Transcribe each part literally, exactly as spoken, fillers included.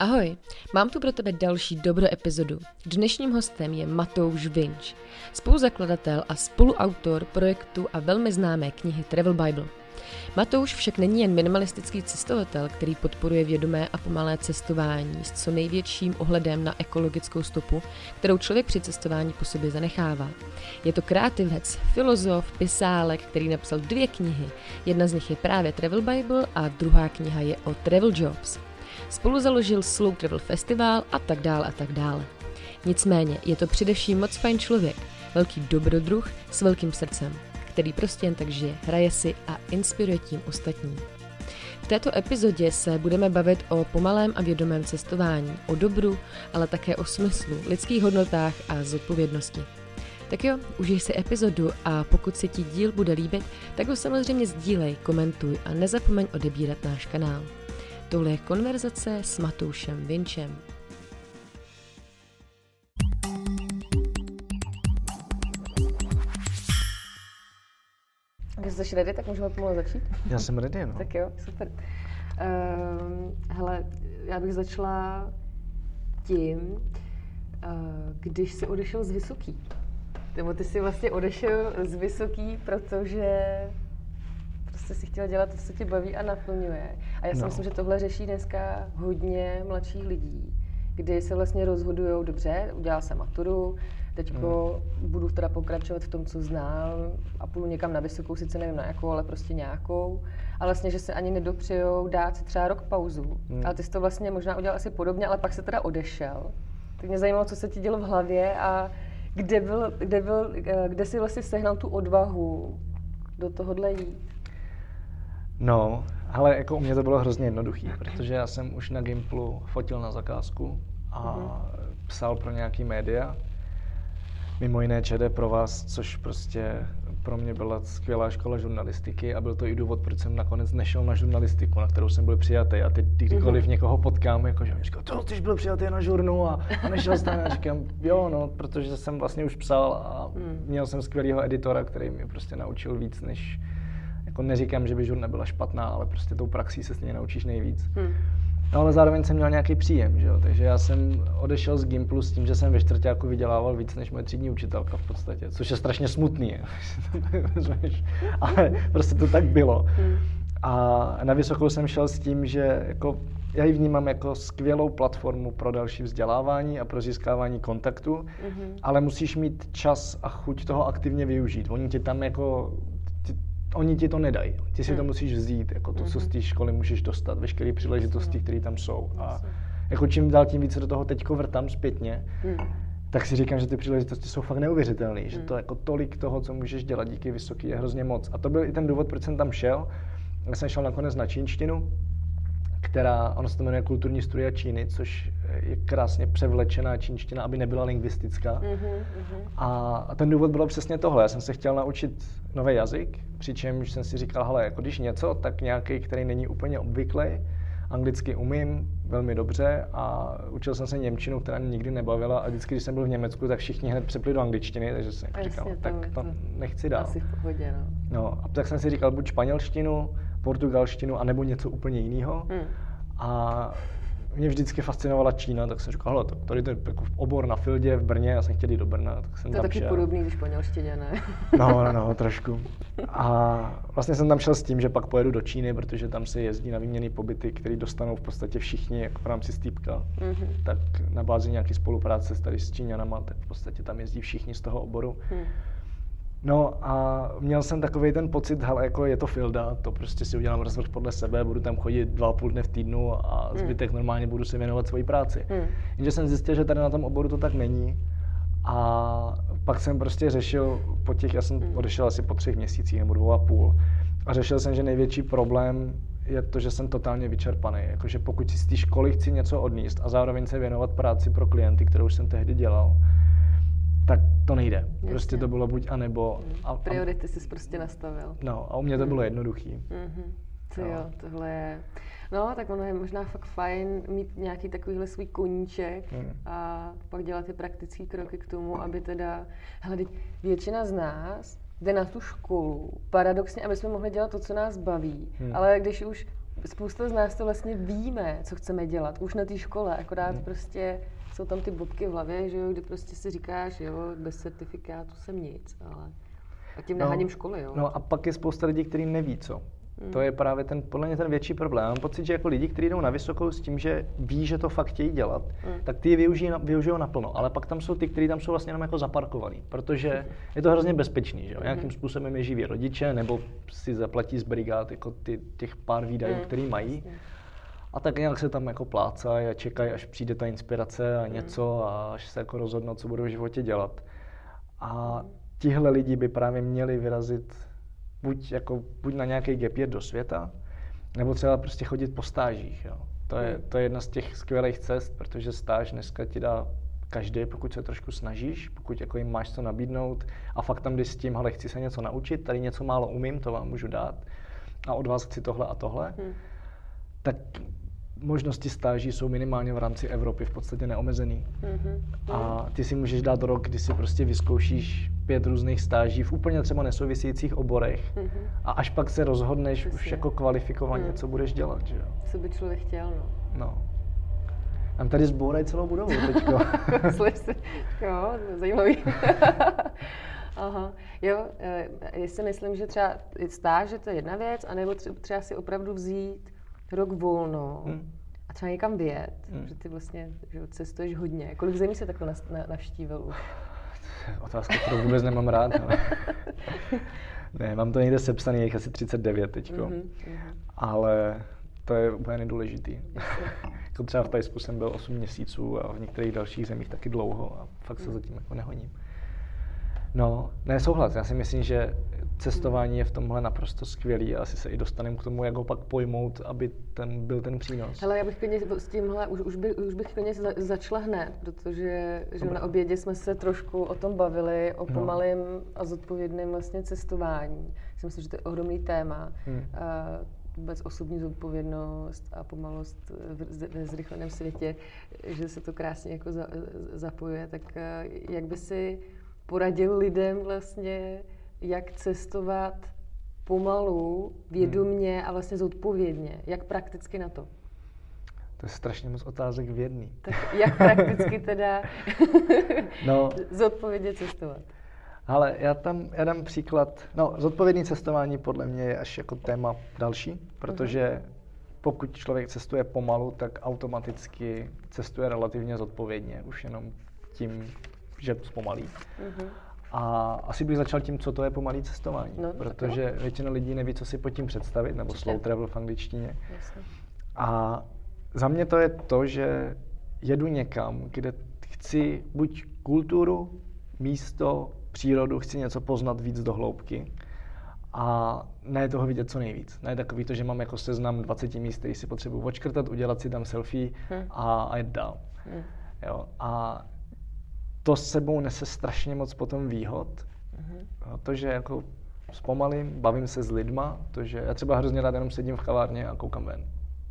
Ahoj, mám tu pro tebe další dobro epizodu. Dnešním hostem je Matouš Vinč, spoluzakladatel a spoluautor projektu a velmi známé knihy Travel Bible. Matouš však není jen minimalistický cestovatel, který podporuje vědomé a pomalé cestování s co největším ohledem na ekologickou stopu, kterou člověk při cestování po sobě zanechává. Je to kreativec, filozof, pisálek, který napsal dvě knihy. Jedna z nich je právě Travel Bible a druhá kniha je o Travel Jobs. Spolu založil Slow Travel Festival a tak dále a tak dále. Nicméně je to především moc fajn člověk, velký dobrodruh s velkým srdcem, který prostě jen tak žije, hraje si a inspiruje tím ostatní. V této epizodě se budeme bavit o pomalém a vědomém cestování, o dobru, ale také o smyslu, lidských hodnotách a zodpovědnosti. Tak jo, užij si epizodu a pokud se ti díl bude líbit, tak ho samozřejmě sdílej, komentuj a nezapomeň odebírat náš kanál. Tohle je konverzace s Matoušem Vinčem. Když jsi ready, tak můžeme pomalu začít? Já jsem ready, no. Tak jo, super. Uh, hele, já bych začala tím, uh, když jsi odešel z Vysoký. Nebo ty jsi vlastně odešel z Vysoký, protože prostě si chtěla dělat to, co tě baví a naplňuje. A já si no. myslím, že tohle řeší dneska hodně mladších lidí, kdy se vlastně rozhodujou, dobře, udělal jsem maturu, teďko hmm. budu teda pokračovat v tom, co znám a půjdu někam na vysokou, sice nevím na jakou, ale prostě nějakou. A vlastně, že se ani nedopřejou dát si třeba rok pauzu. Hmm. Ale ty jsi to vlastně možná udělal asi podobně, ale pak se teda odešel. Tak mě zajímalo, co se ti dělo v hlavě a kde, byl, kde, byl, kde jsi vlastně sehnal tu odvahu do tohohle jít. No, ale jako u mě to bylo hrozně jednoduchý, protože já jsem už na Gimplu fotil na zakázku a mm-hmm. psal pro nějaký média. Mimo jiné ČD pro vás, což prostě pro mě byla skvělá škola žurnalistiky a byl to i důvod, proč jsem nakonec nešel na žurnalistiku, na kterou jsem byl přijatý. A teď kdykoliv mm-hmm. někoho potkám, jakože mi říká, to ty jsi byl přijatý na žurnu a, a nešel jsi tam. A říkám, jo, no, protože jsem vlastně už psal a mm. měl jsem skvělýho editora, který mě prostě naučil víc než... Jako neříkám, že by žurna byla špatná, ale prostě tou praxí se stejně naučíš nejvíc. Hmm. No ale zároveň jsem měl nějaký příjem, že jo? Takže já jsem odešel z Gimplu s tím, že jsem ve čtvrťáku vydělával víc než moje třídní učitelka v podstatě, což je strašně smutný, ale prostě to tak bylo. Hmm. A na vysokou jsem šel s tím, že jako, já ji vnímám jako skvělou platformu pro další vzdělávání a pro získávání kontaktu, hmm. ale musíš mít čas a chuť toho aktivně využít. Oni ti tam jako Oni ti to nedají, ty si hmm. to musíš vzít, jako to, co z té školy můžeš dostat, veškeré příležitosti, které tam jsou. A jako čím dál tím více do toho teďko vrtám zpětně, hmm. tak si říkám, že ty příležitosti jsou fakt neuvěřitelné, hmm. že to jako tolik toho, co můžeš dělat díky Vysoký, je hrozně moc. A to byl i ten důvod, proč jsem tam šel. Já jsem šel nakonec na čínštinu, která, ono se to jmenuje kulturní studia Číny, což je krásně převlečená čínština, aby nebyla lingvistická. Mm-hmm. A ten důvod byl přesně tohle. Já jsem se chtěl naučit nový jazyk, přičemž jsem si říkal, hele, jako když něco, tak nějaký, který není úplně obvyklý. Anglicky umím velmi dobře a učil jsem se němčinu, která mě nikdy nebavila a vždycky, když jsem byl v Německu, tak všichni hned přepli do angličtiny, takže jsem Jasně, říkal, tak to nechci dál. Asi v pohodě, no. No, a tak jsem si říkal buď španělštinu, portugalštinu, anebo něco úplně jiného. Hmm. A mě vždycky fascinovala Čína, tak jsem říkal, hele, tady to je jako obor na Fildě v Brně, já jsem chtěl jít do Brna, tak jsem to tam taky šel. Podobný v španělštině, ne? No, no, no, trošku. A vlastně jsem tam šel s tím, že pak pojedu do Číny, protože tam se jezdí na výměnný pobyty, který dostanou v podstatě všichni, jako v rámci stýpka. Mm-hmm. Tak na bázi nějaký spolupráce tady s Číňanama, tak v podstatě tam jezdí všichni z toho oboru. Mm. No a měl jsem takovej ten pocit, hele, jako je to Filda, to prostě si udělám rozvrh podle sebe, budu tam chodit dva a půl dne v týdnu a zbytek hmm. normálně budu se věnovat svojí práci. Hmm. Jenže jsem zjistil, že tady na tom oboru to tak není a pak jsem prostě řešil po těch, já jsem hmm. odešel asi po třech měsících nebo dvou a půl a řešil jsem, že největší problém je to, že jsem totálně vyčerpaný, jakože pokud si z té školy chci něco odníst a zároveň se věnovat práci pro klienty, kterou už jsem tehdy dělal, tak to nejde. Jasně. Prostě to bylo buď a nebo. A, priority jsi prostě nastavil. No a u mě to bylo jednoduchý. Mm-hmm. To no. jo, tohle je... No, tak ono je možná fakt fajn mít nějaký takovýhle svůj koníček mm. a pak dělat ty praktické kroky k tomu, aby teda... Hele, většina z nás jde na tu školu, paradoxně, aby jsme mohli dělat to, co nás baví. Mm. Ale když už spousta z nás to vlastně víme, co chceme dělat, už na té škole, akorát hmm. prostě jsou tam ty bobky v hlavě, že jo, kdy prostě si říkáš, jo, bez certifikátu jsem nic, ale a tím neháním no, školy, jo. No a pak je spousta lidí, kteří neví co. Hmm. To je právě ten, podle mě ten větší problém. Mám pocit, že jako lidi, kteří jdou na vysokou s tím, že ví, že to fakt chtějí dělat, hmm. tak ty je využijí, využijou naplno. Ale pak tam jsou ty, kteří tam jsou vlastně jenom jako zaparkovaný, protože je to hrozně bezpečný, že jo. Nějakým způsobem je živí rodiče, nebo si zaplatí z brigád jako ty, těch pár výdajů, hmm. který mají. A tak nějak se tam jako plácají a čekají, až přijde ta inspirace a něco a až se jako rozhodnou, co budou v životě dělat. A tihle lidi by právě měli vyrazit buď, jako, buď na nějaký gap year do světa, nebo třeba prostě chodit po stážích. Jo. To, je, to je jedna z těch skvělých cest, protože stáž dneska ti dá každý, pokud se trošku snažíš, pokud jako jim máš co nabídnout a fakt tam jdeš s tím, hele, chci se něco naučit, tady něco málo umím, to vám můžu dát a od vás chci tohle a tohle, hmm. tak možnosti stáží jsou minimálně v rámci Evropy v podstatě neomezený. Mm-hmm. A ty si můžeš dát rok, kdy si prostě vyzkoušíš pět různých stáží v úplně třeba nesouvisejících oborech mm-hmm. a až pak se rozhodneš Přesně. už jako kvalifikovaně, mm. co budeš dělat, že jo? Co by člověk chtěl, no. No. Tam tady zbourají celou budovu teďko. Slyš, jo, zajímavý. Aha, jo, já si myslím, že třeba stáž je to jedna věc, anebo třeba si opravdu vzít rok volno hmm. a třeba někam vyjet, hmm. že ty vlastně že cestuješ hodně. Kolik zemí se takhle navštívil už? Otázka, kterou vůbec nemám rád. Ale... ne, mám to někde sepsaný, je asi třicet devět teďko. Mm-hmm. Ale to je úplně nedůležitý. Jako třeba v Thajsku jsem byl osm měsíců a v některých dalších zemích taky dlouho a fakt se zatím jako nehoním. No, ne, souhlas. Já si myslím, že cestování je v tomhle naprosto skvělý a asi se i dostaneme k tomu, jak ho pak pojmout, aby ten byl ten přínos. Hele, já bych klidně s tímhle, už, už, by, už bych klidně za, začala hned, protože že na obědě jsme se trošku o tom bavili, o pomalém no. a zodpovědném vlastně cestování. Myslím si, že to je ohromný téma. Hmm. A vůbec osobní zodpovědnost a pomalost ve zrychleném světě, že se to krásně jako za, zapojuje. Tak jak by si poradil lidem vlastně, jak cestovat pomalu, vědomně hmm. a vlastně zodpovědně. Jak prakticky na to? To je strašně moc otázek v jedný. Tak jak prakticky teda no, zodpovědně cestovat? Ale já tam já dám příklad. No, zodpovědné cestování podle mě je až jako téma další, protože pokud člověk cestuje pomalu, tak automaticky cestuje relativně zodpovědně, už jenom tím, že zpomalí. Uh-huh. A asi bych začal tím, co to je pomalý cestování, no, protože tak většina lidí neví, co si pod tím představit, nebo slow travel v angličtině. Jasně. A za mě to je to, že jedu někam, kde chci buď kulturu, místo, přírodu, chci něco poznat víc do hloubky a ne toho vidět co nejvíc. Ne takový to, že mám jako seznam dvacet míst, který si potřebuji odškrtat, udělat si tam selfie hmm. a, a jít dál. Hmm. Jo, a to s sebou nese strašně moc potom výhod. Mm-hmm. To, že jako zpomalím, bavím se s lidma, to, že já třeba hrozně rád jenom sedím v kavárně a koukám ven.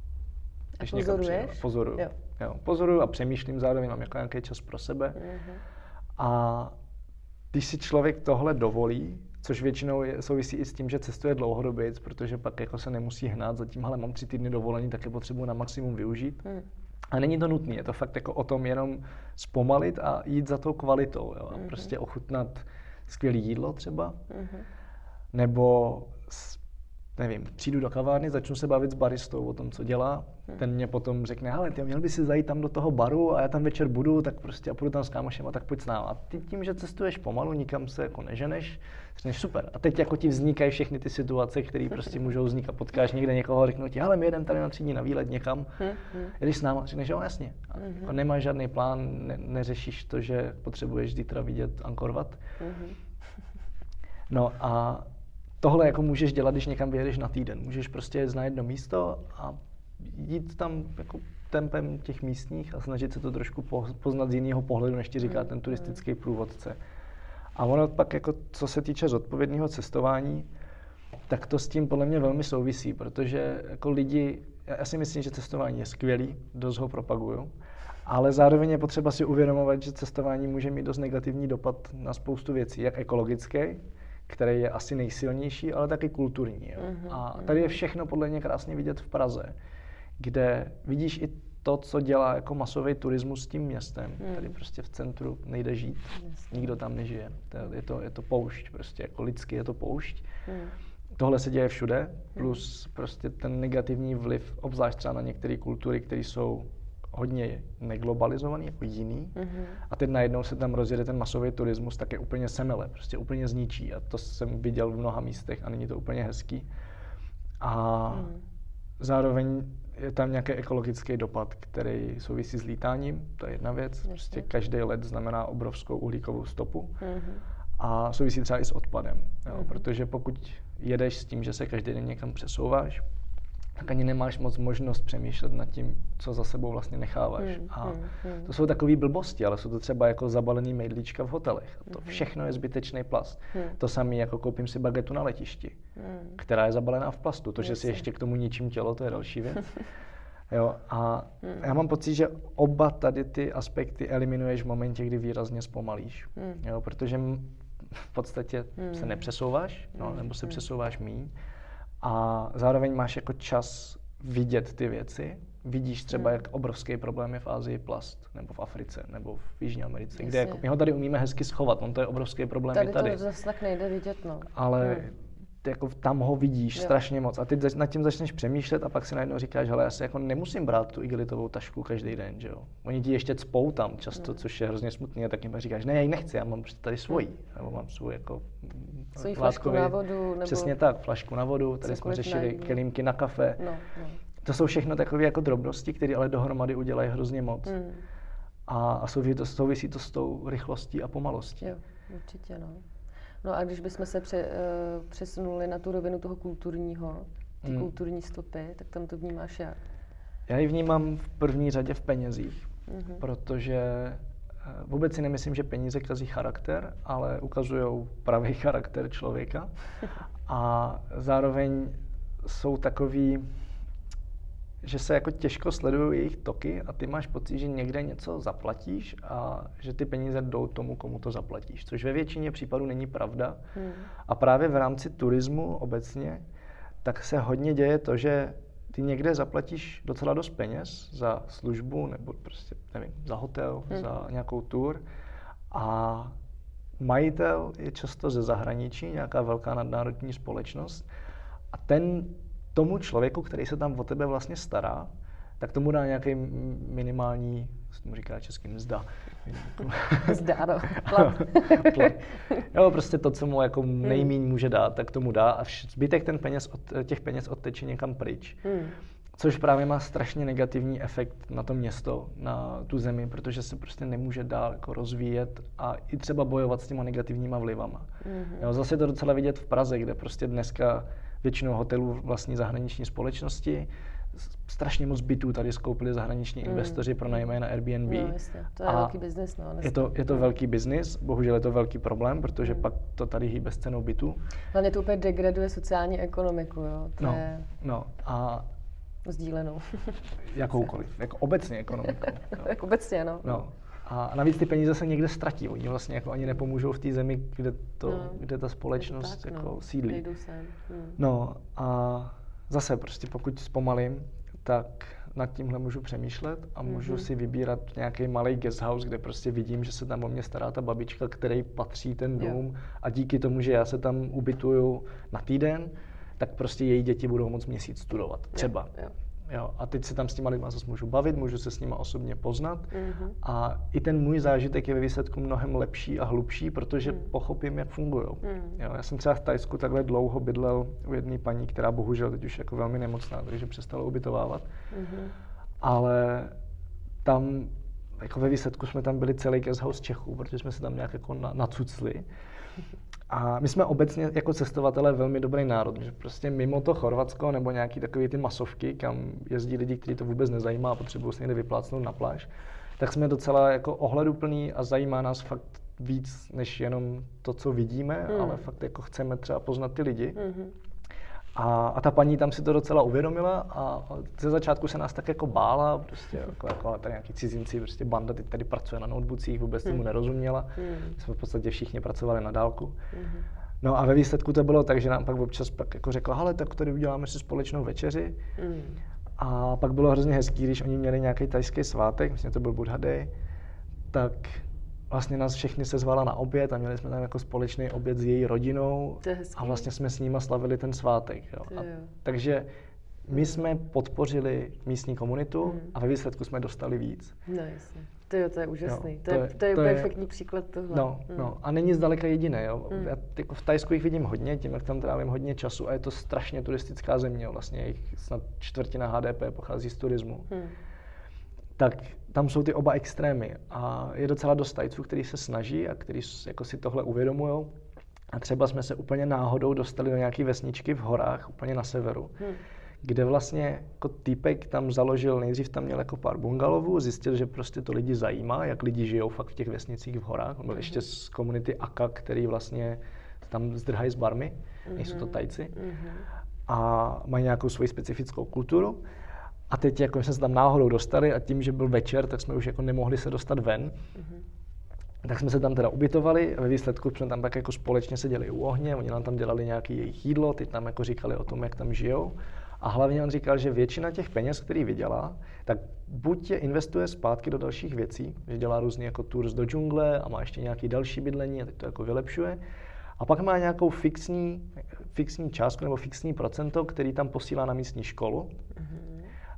A pozoruješ? Pozoruju. Jo. Jo, pozoruju a přemýšlím zároveň, mám jako nějaký čas pro sebe. Mm-hmm. A když si člověk tohle dovolí, což většinou je, souvisí i s tím, že cestuje dlouhodobě, protože pak jako se nemusí hnát za tím, hele, mám tři týdny dovolení, tak je potřebuji na maximum využít. Mm. A není to nutné, je to fakt jako o tom jenom zpomalit a jít za tou kvalitou, jo? A mm-hmm. prostě ochutnat skvělé jídlo třeba, mm-hmm. nebo nevím, přijdu do kavárny, začnu se bavit s baristou o tom, co dělá, mm. ten mě potom řekne, hele, ty měl by si zajít tam do toho baru a já tam večer budu, tak prostě a půjdu tam s kámošem a tak pojď s náma. A ty tím, že cestuješ pomalu, nikam se jako neženeš, řekneš super. A teď jako ti vznikají všechny ty situace, které prostě můžou vznikat. Potkáš někde někoho a řeknou ti, hele, my jedeme tady na tři dny na výlet někam, mm. jedeš s náma, řekneš, jo, jasně. A mm. jako nemáš žádný plán, ne, neřešíš to, že potřebuješ zítra vidět Angkor Wat. Mm. No a tohle jako můžeš dělat, když někam vyjedeš na týden. Můžeš prostě jít na jedno místo a jít tam jako tempem těch místních a snažit se to trošku poznat z jiného pohledu, než ti říká ten turistický průvodce. A ono pak, jako, co se týče zodpovědného cestování, tak to s tím podle mě velmi souvisí, protože jako lidi, já si myslím, že cestování je skvělý, dost ho propaguju, ale zároveň je potřeba si uvědomovat, že cestování může mít dost negativní dopad na spoustu věcí, jak ekologický, který je asi nejsilnější, ale taky kulturní. Jo. Mm-hmm. A tady je všechno podle mě krásně vidět v Praze, kde vidíš i to, co dělá jako masový turismus s tím městem. Mm. Tady prostě v centru nejde žít, Jasně. nikdo tam nežije. Je to, je to poušť, prostě jako lidsky je to poušť. Mm. Tohle se děje všude, plus mm. prostě ten negativní vliv, obzvlášť třeba na některé kultury, které jsou hodně neglobalizovaný, jako jiný. Mm-hmm. A teď najednou se tam rozjede ten masový turismus, tak je úplně semele, prostě úplně zničí. A to jsem viděl v mnoha místech a není to úplně hezký. A mm. zároveň je tam nějaký ekologický dopad, který souvisí s lítáním, to je jedna věc. Prostě každý let znamená obrovskou uhlíkovou stopu. Mm-hmm. A souvisí třeba i s odpadem, jo, mm-hmm. protože pokud jedeš s tím, že se každý den někam přesouváš, tak ani nemáš moc možnost přemýšlet nad tím, co za sebou vlastně necháváš. Mm, a mm, to jsou takové blbosti, ale jsou to třeba jako zabalený mejdlíčka v hotelech. To mm. všechno je zbytečný plast. Mm. To samé jako koupím si bagetu na letišti, mm. která je zabalená v plastu. To, že si ještě k tomu ničím tělo, to je další věc. Jo, a mm. já mám pocit, že oba tady ty aspekty eliminuješ v momentě, kdy výrazně zpomalíš. Mm. Jo, protože v podstatě mm. se nepřesouváš, no, nebo se mm. přesouváš míň. A zároveň máš jako čas vidět ty věci. Vidíš třeba, hmm. jak obrovský problém je v Asii plast, nebo v Africe, nebo v Jižní Americe, Jasně. kde jako, my ho tady umíme hezky schovat, on to je obrovský problém tady i tady. Tady to zase tak nejde vidět, no. Ale hmm. jako tam ho vidíš jo. strašně moc a ty nad tím začneš přemýšlet a pak si najednou říkáš, hele, já si jako nemusím brát tu igelitovou tašku každý den, že jo. Oni ti ještě cpou tam často, hmm. což je hrozně smutný a tak jim říkáš, ne, já ji nechci, já mám tady svoji, hmm. nebo mám svůj jako svoji flašku na vodu, nebo přesně tak, flašku na vodu, tady jsme řešili kelímky na kafe. No, no. To jsou všechno takové jako drobnosti, které ale dohromady udělají hrozně moc. Hmm. A, a souvisí, to, souvisí to s tou rychlostí a pomalostí. Jo, určitě, no. No a když bychom se pře, uh, přesunuli na tu rovinu toho kulturního, ty hmm. kulturní stopy, tak tam to vnímáš jak? Já ji vnímám v první řadě v penězích, mm-hmm. protože vůbec si nemyslím, že peníze kazí charakter, ale ukazují pravý charakter člověka. A zároveň jsou takový, že se jako těžko sledují jejich toky a ty máš pocit, že někde něco zaplatíš a že ty peníze jdou tomu, komu to zaplatíš. Což ve většině případů není pravda. Hmm. A právě v rámci turismu obecně tak se hodně děje to, že ty někde zaplatíš docela dost peněz za službu nebo prostě, nevím, za hotel, hmm. za nějakou tour a majitel je často ze zahraničí, nějaká velká nadnárodní společnost a ten tomu člověku, který se tam o tebe vlastně stará, tak tomu dá nějaký minimální, co tomu říká český, mzda. Mzda, no. Plat. Plat. Jo, prostě to, co mu jako nejmíň může dát, tak tomu dá a zbytek ten peněz od, těch peněz odteče někam pryč. Hmm. Což právě má strašně negativní efekt na to město, na tu zemi, protože se prostě nemůže dál jako rozvíjet a i třeba bojovat s těma negativníma vlivama. Hmm. Jo, zase je to docela vidět v Praze, kde prostě dneska většinou hotelů vlastní zahraniční společnosti. Strašně moc bytů tady skoupili zahraniční mm. investoři, pronajímají na Airbnb. No, jasně. To je a velký biznis. No, je to, je to velký biznis, bohužel je to velký problém, protože mm. pak to tady hýbe s cenou bytů. Hlavně to úplně degraduje sociální ekonomiku, jo. To no, je no a sdílenou. Jakoukoliv, jako obecně ekonomiku. Jak obecně, no. no. A navíc ty peníze se někde ztratí. Oni vlastně jako ani nepomůžou v té zemi, kde, to, no, kde ta společnost tak, jako no. sídlí. Hmm. No a zase prostě pokud zpomalím, tak nad tímhle můžu přemýšlet a můžu mm-hmm. si vybírat nějaký malý guest house, kde prostě vidím, že se tam o mě stará ta babička, který patří ten dům jo. a díky tomu, že já se tam ubytuju na týden, tak prostě její děti budou moc měsíc studovat. Třeba. Jo, jo. Jo, a teď se tam s těma lidma zase můžu bavit, můžu se s nima osobně poznat mm-hmm. a i ten můj zážitek je ve výsledku mnohem lepší a hlubší, protože mm. pochopím, jak fungují. Mm. Já jsem třeba v Thajsku takhle dlouho bydlel u jedné paní, která bohužel teď už jako velmi nemocná, takže přestala ubytovávat. Mm-hmm. Ale tam jako ve výsledku jsme tam byli celý guest house Čechů, protože jsme se tam nějak jako na, nacucli. A my jsme obecně jako cestovatelé velmi dobrý národ, že prostě mimo to Chorvatsko nebo nějaký takový ty masovky, kam jezdí lidi, kteří to vůbec nezajímá a potřebují se někde vyplácnout na pláž, tak jsme docela jako ohleduplný a zajímá nás fakt víc než jenom to, co vidíme, mm. ale fakt jako chceme třeba poznat ty lidi. Mm-hmm. A, a ta paní tam si to docela uvědomila a ze začátku se nás tak jako bála, prostě jako, jako tady nějaký cizinci, prostě banda teď tady pracuje na notebookích, vůbec tomu hmm. nerozuměla. Hmm. Jsme v podstatě všichni pracovali na dálku. Hmm. No a ve výsledku to bylo tak, že nám pak občas pak jako řekla, hele, tak tady uděláme si společnou večeři. Mm. A pak bylo hrozně hezký, když oni měli nějaký thajský svátek, myslím, to byl Buddha Day, tak vlastně nás všechny sezvala na oběd a měli jsme tam jako společný oběd s její rodinou a vlastně jsme s nima slavili ten svátek. Jo. A, takže my jsme podpořili místní komunitu mm. a ve výsledku jsme dostali víc. No jasně. To je, to je úžasný. Jo, to, to je, to je to perfektní je, příklad tohle. No, mm. no, a není zdaleka jediné. Jo. Mm. Já jako v Thajsku jich vidím hodně, tím, jak tam trávím hodně času a je to strašně turistická země. Vlastně jejich snad čtvrtina H D P pochází z turismu. Mm. Tak tam jsou ty oba extrémy a je docela dost Tajců, kteří se snaží a kteří jako si tohle uvědomují. A třeba jsme se úplně náhodou dostali do nějaké vesničky v horách, úplně na severu, hmm. kde vlastně jako týpek tam založil, nejdřív tam měl jako pár bungalovů, zjistil, že prostě to lidi zajímá, jak lidi žijou fakt v těch vesnicích v horách. On byl hmm. ještě z komunity Aka, který vlastně tam zdrhají z Barmy, hmm. nejsou to Tajci, hmm. a mají nějakou svoji specifickou kulturu. A teď jako jsme se tam náhodou dostali a tím, že byl večer, tak jsme už jako nemohli se dostat ven. Mm-hmm. Tak jsme se tam teda ubytovali a ve výsledku jsme tam tak jako společně seděli u ohně, oni nám tam dělali nějaké jejich jídlo, teď nám jako říkali o tom, jak tam žijou. A hlavně on říkal, že většina těch peněz, který vydělá, tak buď je investuje zpátky do dalších věcí, že dělá různý jako tours do džungle a má ještě nějaký další bydlení a teď to jako vylepšuje. A pak má nějakou fixní, fixní částku nebo fixní procento, který tam posílá na místní školu. Mm-hmm.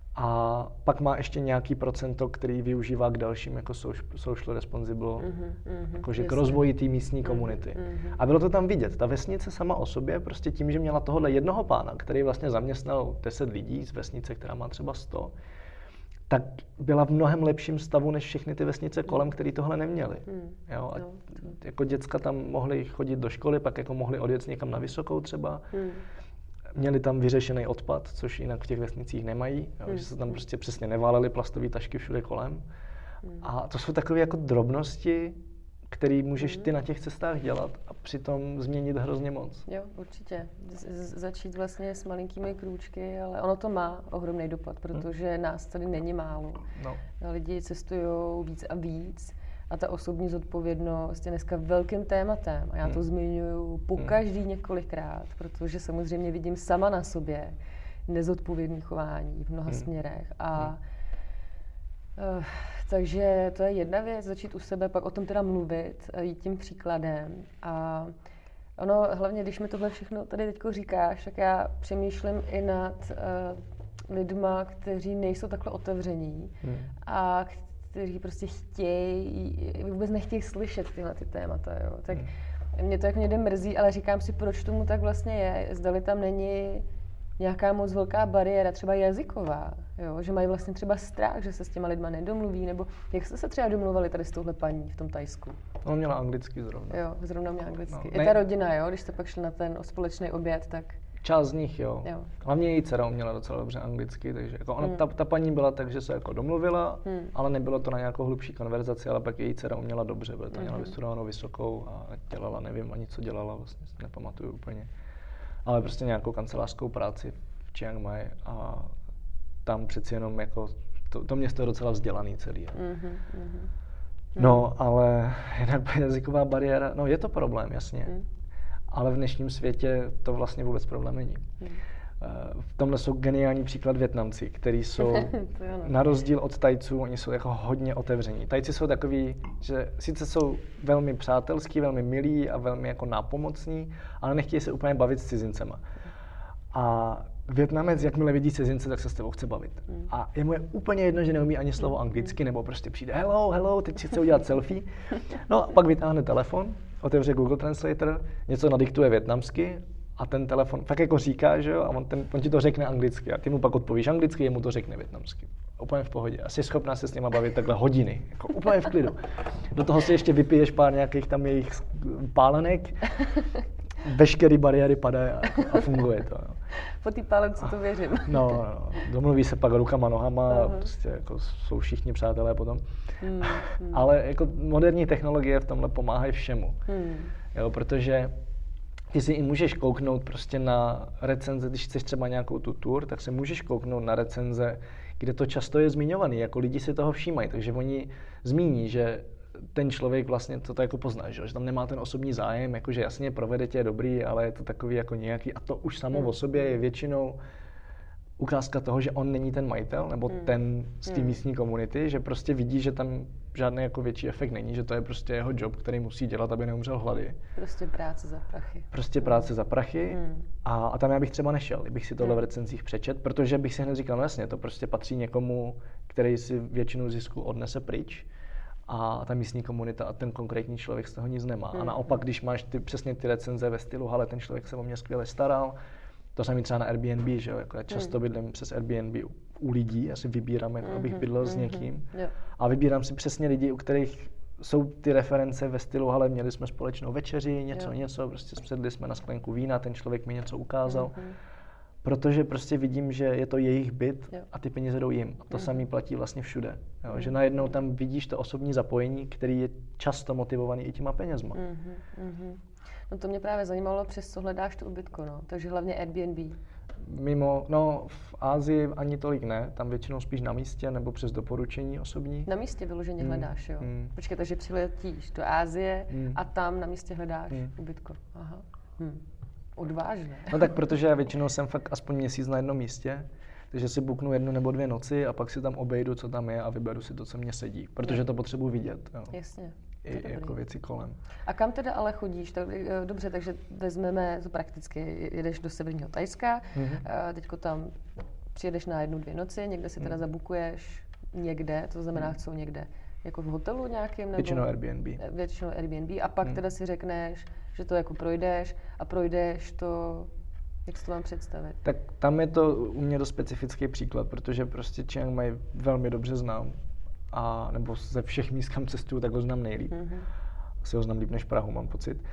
A pak má ještě nějaký procento, který využívá k dalším jako social responsible, mm-hmm, jakože k rozvoji té místní komunity. Mm-hmm. A bylo to tam vidět. Ta vesnice sama o sobě, prostě tím, že měla tohohle jednoho pána, který vlastně zaměstnal deset lidí z vesnice, která má třeba sto, tak byla v mnohem lepším stavu než všechny ty vesnice kolem, které tohle neměly. Mm. Jo? A jako děcka tam mohly chodit do školy, pak jako mohly odjet někam na vysokou třeba. Mm. Měli tam vyřešený odpad, což jinak v těch vesnicích nemají, jo, hmm. že se tam prostě přesně neválely plastové tašky všude kolem. Hmm. A to jsou takové jako drobnosti, které můžeš ty na těch cestách dělat a přitom změnit hrozně moc. Jo, určitě. Z- začít vlastně s malinkými krůčky, ale ono to má ohromný dopad, protože hmm. nás tady není málo. No. Lidi cestují víc a víc. A ta osobní zodpovědnost je dneska velkým tématem. A já to hmm. zmiňuji po každý několikrát, protože samozřejmě vidím sama na sobě nezodpovědné chování v mnoha hmm. směrech. A hmm. uh, takže to je jedna věc, začít u sebe, pak o tom teda mluvit, jít tím příkladem. A ono, hlavně když mi tohle všechno tady teďko říkáš, tak já přemýšlím i nad uh, lidma, kteří nejsou takhle otevření hmm. a kteří prostě chtějí, vůbec nechtějí slyšet tyhle ty témata, jo. Tak hmm. mě to jako někde mrzí, ale říkám si, proč tomu tak vlastně je. Zdali tam není nějaká moc velká bariéra, třeba jazyková, jo. Že mají vlastně třeba strach, že se s těma lidma nedomluví, nebo jak jste se třeba domluvali tady s touhle paní v tom Thajsku? On měla anglicky zrovna. Jo, zrovna měla anglicky. No, I ta rodina, jo, když jste pak šli na ten společný oběd, tak... Část z nich, jo. jo. Hlavně její dcera uměla docela dobře anglicky, takže jako ona, hmm. ta, ta paní byla tak, že se jako domluvila, hmm. ale nebylo to na nějakou hlubší konverzaci, ale pak její dcera uměla dobře, protože to měla hmm. vystudovanou vysokou a dělala, nevím ani co dělala, vlastně si nepamatuju úplně. Ale prostě nějakou kancelářskou práci v Chiang Mai a tam přeci jenom jako, to, to město je docela vzdělaný celý. Hmm. Hmm. No, ale jinak jazyková bariéra, no je to problém, jasně. Hmm. Ale v dnešním světě to vlastně vůbec problém není. Hmm. V tomhle jsou geniální příklad Vietnamci, kteří jsou na rozdíl od Tajců, oni jsou jako hodně otevření. Tajci jsou takový, že sice jsou velmi přátelský, velmi milí a velmi jako nápomocní, ale nechtějí se úplně bavit s cizincema. A Vietnamec, jakmile vidí cizince, tak se s tebou chce bavit. Hmm. A je mu je úplně jedno, že neumí ani slovo anglicky, nebo prostě přijde hello, hello, teď si chce udělat selfie. No a pak vytáhne telefon, otevře Google Translator, něco nadiktuje vietnamsky a ten telefon fakt jako říká, že jo, a on, ten, on ti to řekne anglicky a ty mu pak odpovíš anglicky, jemu to řekne vietnamsky. Úplně v pohodě. A jsi schopná se s nima bavit takhle hodiny, jako úplně v klidu. Do toho si ještě vypiješ pár nějakých tam jejich pálenek, veškeré bariéry padají a, a funguje to. No. Po té pálence to věřím. No, no, domluví se pak rukama, nohama, uh-huh. prostě jako jsou všichni přátelé potom. Hmm, hmm. Ale jako moderní technologie v tomhle pomáhají všemu. Hmm. Jo, protože ty si i můžeš kouknout prostě na recenze, když chceš třeba nějakou tu tour, tak se můžeš kouknout na recenze, kde to často je zmiňovaný, jako lidi si toho všímají, takže oni zmíní, že ten člověk vlastně to, to jako pozná, že? Že tam nemá ten osobní zájem, jakože jasně provede tě dobrý, ale je to takový jako nějaký, a to už samo mm. o sobě je většinou ukázka toho, že on není ten majitel, nebo mm. ten z té mm. místní komunity, že prostě vidí, že tam žádný jako větší efekt není, že to je prostě jeho job, který musí dělat, aby neumřel hlady. Prostě práce za prachy. Prostě mm. práce za prachy mm. a, a tam já bych třeba nešel, kdybych si tohle mm. v recenzích přečet, protože bych si hned říkal, no jasně, to prostě patří někomu, který si většinu zisku odnese pryč a ta místní komunita a ten konkrétní člověk z toho nic nemá. Mm. A naopak, když máš ty, přesně ty recenze ve stylu, ale ten člověk se o mě skvěle staral, to samé třeba na Airbnb, že jo, jako já často mm. bydlím přes Airbnb u, u lidí, já si vybírám, jako, mm-hmm. abych bydlel mm-hmm. s někým yeah. a vybírám si přesně lidi, u kterých jsou ty reference ve stylu, ale měli jsme společnou večeři, něco, yeah. něco, prostě sedli jsme na sklenku vína, ten člověk mi něco ukázal, mm-hmm. protože prostě vidím, že je to jejich byt yeah. a ty peníze jdou jim. A to mm-hmm. samé platí vlastně všude, jo, mm-hmm. že najednou tam vidíš to osobní zapojení, který je často motivovaný i těma penězma. Mm-hmm. No to mě právě zajímalo, přes co hledáš tu ubytku, no. Takže hlavně Airbnb. Mimo, no v Asii ani tolik ne, tam většinou spíš na místě nebo přes doporučení osobní. Na místě vyloženě mm. hledáš, jo? Mm. Počkej, takže přiletíš do Asie mm. a tam na místě hledáš mm. ubytku. Aha. Hm. Odvážné. No tak protože já většinou jsem fakt aspoň měsíc na jednom místě, takže si buknu jednu nebo dvě noci a pak si tam obejdu, co tam je a vyberu si to, co mě sedí, protože no. to potřebuji vidět. Jo. Jasně. I jako věci kolem. A kam teda ale chodíš? Tak, dobře, takže vezmeme to prakticky. Jedeš do severního Thajska, mm-hmm. teďko tam přijedeš na jednu, dvě noci, někde si teda mm. zabukuješ někde, to znamená, mm. co někde? Jako v hotelu nějakým? Nebo většinou Airbnb. Většinou Airbnb. A pak mm. teda si řekneš, že to jako projdeš a projdeš to, jak si to mám představit? Tak tam je to u mě dost specifický příklad, protože prostě Chiang Mai velmi dobře znám. A nebo ze všech míst, kam cestuju, tak ho znám nejlíp. Mm-hmm. Asi ho znám líp než Prahu, mám pocit.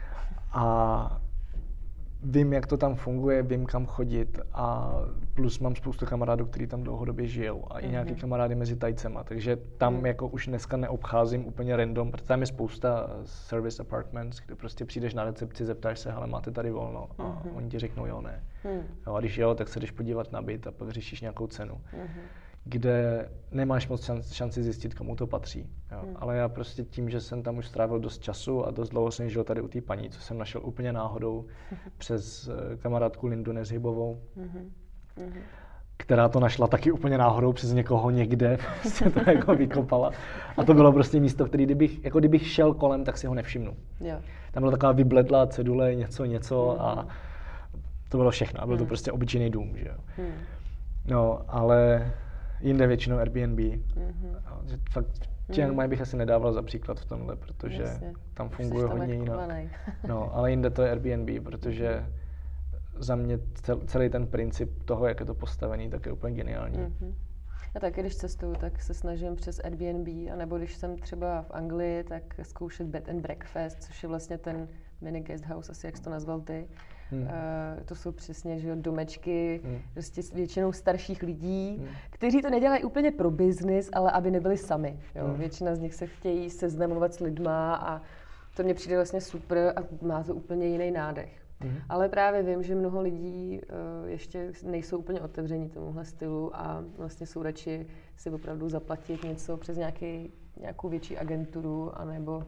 A vím, jak to tam funguje, vím, kam chodit a plus mám spoustu kamarádů, kteří tam dlouhodobě žijou a mm-hmm. i nějaký kamarády mezi Tajcema, takže tam mm. jako už dneska neobcházím úplně random, protože tam je spousta service apartments, kde prostě přijdeš na recepci, zeptáš se, hele, máte tady volno a mm-hmm. oni ti řeknou jo, ne. Mm. Jo, a když jo, tak se jdeš podívat na byt a pak řešíš nějakou cenu. Mm-hmm. kde nemáš moc šanci zjistit, komu to patří. Jo. Hmm. Ale já prostě tím, že jsem tam už strávil dost času a dost dlouho jsem žil tady u té paní, co jsem našel úplně náhodou přes kamarádku Lindu Nezhybovou, hmm. Hmm. která to našla taky úplně náhodou přes někoho někde, prostě to jako vykopala. A to bylo prostě místo, které kdybych, jako kdybych šel kolem, tak si ho nevšimnu. Jo. Tam byla taková vybledlá cedule, něco, něco hmm. a to bylo všechno. A byl hmm. to prostě obyčejný dům, že jo. Hmm. No, ale jinde většinou Airbnb. Mm-hmm. Že fakt Chiang Mai bych asi nedával za příklad v tomhle, protože Jasně. tam funguje tam hodně jinak. No, ale jinde to je Airbnb, protože za mě cel, celý ten princip toho, jak je to postavený, tak je úplně geniální. Mm-hmm. Já taky, když cestuju, tak se snažím přes Airbnb, anebo když jsem třeba v Anglii, tak zkoušet bed and breakfast, což je vlastně ten mini guest house, asi jak jsi to nazval ty. Hmm. Uh, to jsou přesně, že jo, domečky hmm. prostě většinou starších lidí, hmm. kteří to nedělají úplně pro biznis, ale aby nebyli sami. Jo. Hmm. Většina z nich se chtějí seznamovat s lidma a to mně přijde vlastně super a má to úplně jiný nádech. Hmm. Ale právě vím, že mnoho lidí uh, ještě nejsou úplně otevření tomuhle stylu a vlastně jsou radši si opravdu zaplatit něco přes nějaký, nějakou větší agenturu anebo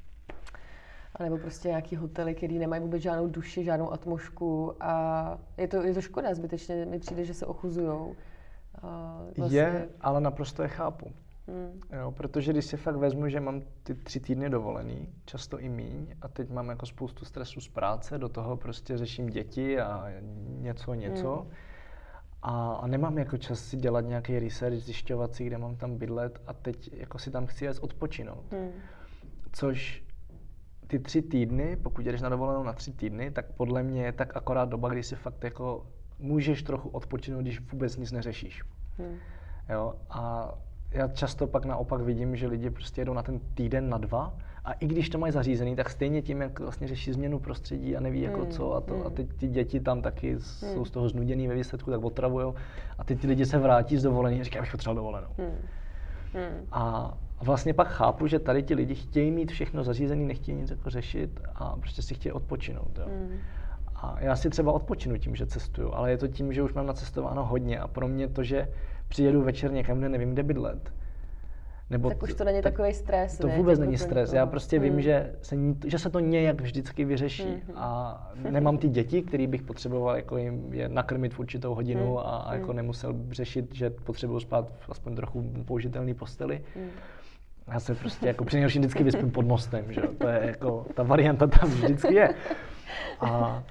A nebo prostě nějaký hotely, který nemají vůbec žádnou duši, žádnou atmosféru a je to, je to škoda, zbytečně mi přijde, že se ochuzujou. Vlastně... Je, ale naprosto je chápu. Hmm. Jo, protože když si fakt vezmu, že mám ty tři týdny dovolený, často i míň, a teď mám jako spoustu stresu z práce, do toho prostě řeším děti a něco, něco. Hmm. A, a nemám jako čas si dělat nějaký research, zjišťovat si, kde mám tam bydlet a teď jako si tam chci jet odpočinout. Hmm. Což ty tři týdny, pokud jdeš na dovolenou na tři týdny, tak podle mě je tak akorát doba, kdy si fakt jako můžeš trochu odpočinout, když vůbec nic neřešíš. Hmm. Jo, a já často pak naopak vidím, že lidi prostě jedou na ten týden, na dva a i když to mají zařízený, tak stejně tím, jak vlastně řeší změnu prostředí a neví jako hmm. co a to hmm. a teď ty děti tam taky hmm. jsou z toho znuděný ve výsledku, tak otravujou a teď ty lidi se vrátí z dovolení a říkají, abych potřeboval dovolenou. Hmm. Hmm. A vlastně pak chápu, že tady ti lidi chtějí mít všechno zařízený, nechtějí nic jako řešit a prostě si chtějí odpočinout. Jo. Mm. A já si třeba odpočinu tím, že cestuju, ale je to tím, že už mám nacestováno hodně a pro mě to, že přijedu večer někam, kde nevím, kde bydlet, Nebo tak už to není tak, takový stres. To ne? vůbec Jako není stres. Já prostě hmm. vím, že se, že se to nějak vždycky vyřeší. Hmm. A nemám ty děti, který bych potřeboval jako jim je nakrmit v určitou hodinu hmm. a, a jako nemusel řešit, že potřebuju spát v aspoň trochu použitelný posteli. Hmm. Já se prostě jako při nejhorším vždycky vyspím pod mostem, že jo. To je jako, ta varianta tam vždycky je. A,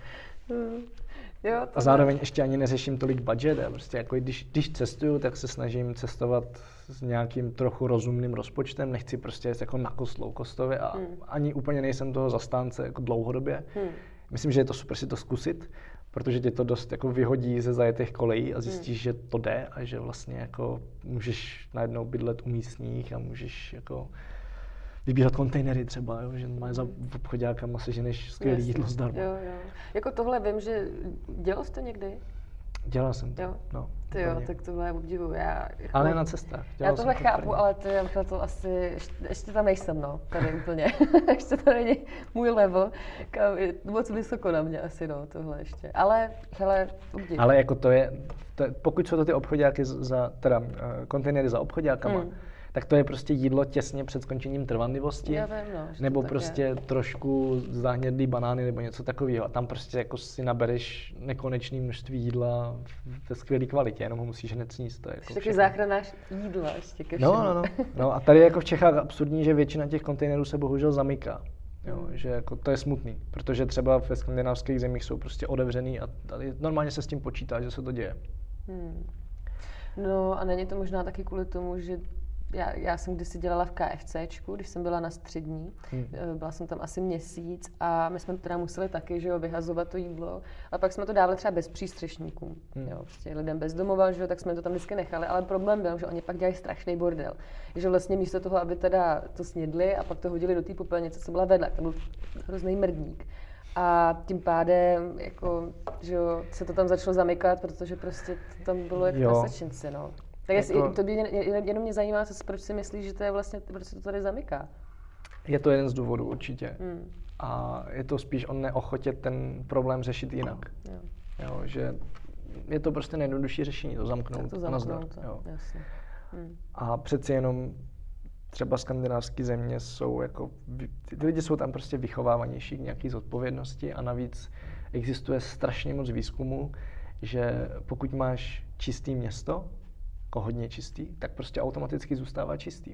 jo, a zároveň ještě ani neřeším tolik budget. Já prostě jako když, když cestuju, tak se snažím cestovat s nějakým trochu rozumným rozpočtem. Nechci prostě jít jako na kost low costově a hmm. ani úplně nejsem toho zastánce jako dlouhodobě. Hmm. Myslím, že je to super si to zkusit, protože tě to dost jako vyhodí ze zajetých kolejí a zjistíš, hmm. že to jde a že vlastně jako můžeš najednou bydlet u místních a můžeš jako vybírat kontejnery třeba, jo, že máš za obchoďákama seženeš skvělý jídlo zdarma. Jo, jo. Jako tohle vím, že dělal jsi to někdy? Dělal jsem to, jo. no. Ty jo, tak tohle obdivuju. Já, jako, ale na cestách. Já tohle to chápu, ale ty, to asi, ještě, ještě tam nejsem, no, tady úplně. Ještě to není můj level, kam je moc vysoko na mě asi, no, tohle ještě. Ale, hele, obdiv. Ale jako to je, to je pokud jsou to ty obchoďáky za, teda kontejnery za obchoďákama, mm. tak to je prostě jídlo těsně před skončením trvanlivosti, Já vím, no, nebo prostě je. trošku zahnědlý banány nebo něco takového. A tam prostě jako si nabereš nekonečné množství jídla ve skvělé kvalitě, jenom ho musíš hned sníst. To je jako taky záchranář jídla ještě ke všemu. No, no, no, no. A tady je jako v Čechách absurdní, že většina těch kontejnerů se bohužel zamyká. Jo, hmm. že jako to je smutný, protože třeba ve skandinávských zemích jsou prostě otevřený a tady normálně se s tím počítá, že se to děje. Hmm. No a není to možná taky kvůli tomu, že Já, já jsem kdysi dělala v KFCčku, když jsem byla na střední, hmm. byla jsem tam asi měsíc a my jsme teda museli taky, že jo, vyhazovat to jídlo, a pak jsme to dávali třeba bez přístřešníků, hmm. jo, prostě lidem bez domova, že jo, tak jsme to tam vždycky nechali, ale problém byl, že oni pak dělají strašný bordel, že vlastně místo toho, aby teda to snědli a pak to hodili do té popelnice, co byla vedle, to byl hrozný mrdník. A tím pádem, jako, že jo, se to tam začalo zamykat, protože prostě to tam bylo jako na sečinci, no. Tak jako, to by jenom mě zajímá, co, proč si myslíš, že to je vlastně, proč se to tady zamyká? Je to jeden z důvodů určitě. Hmm. A je to spíš o neochotě ten problém řešit jinak. Jo. Jo, že je to prostě nejjednodušší řešení, to zamknout, to a nazdar. Jo. Hmm. A přeci jenom třeba skandinávské země jsou jako, ty lidi jsou tam prostě vychovávanější k nějaký zodpovědnosti a navíc existuje strašně moc výzkumu, že pokud máš čistý město, jako hodně čistý, tak prostě automaticky zůstává čistý.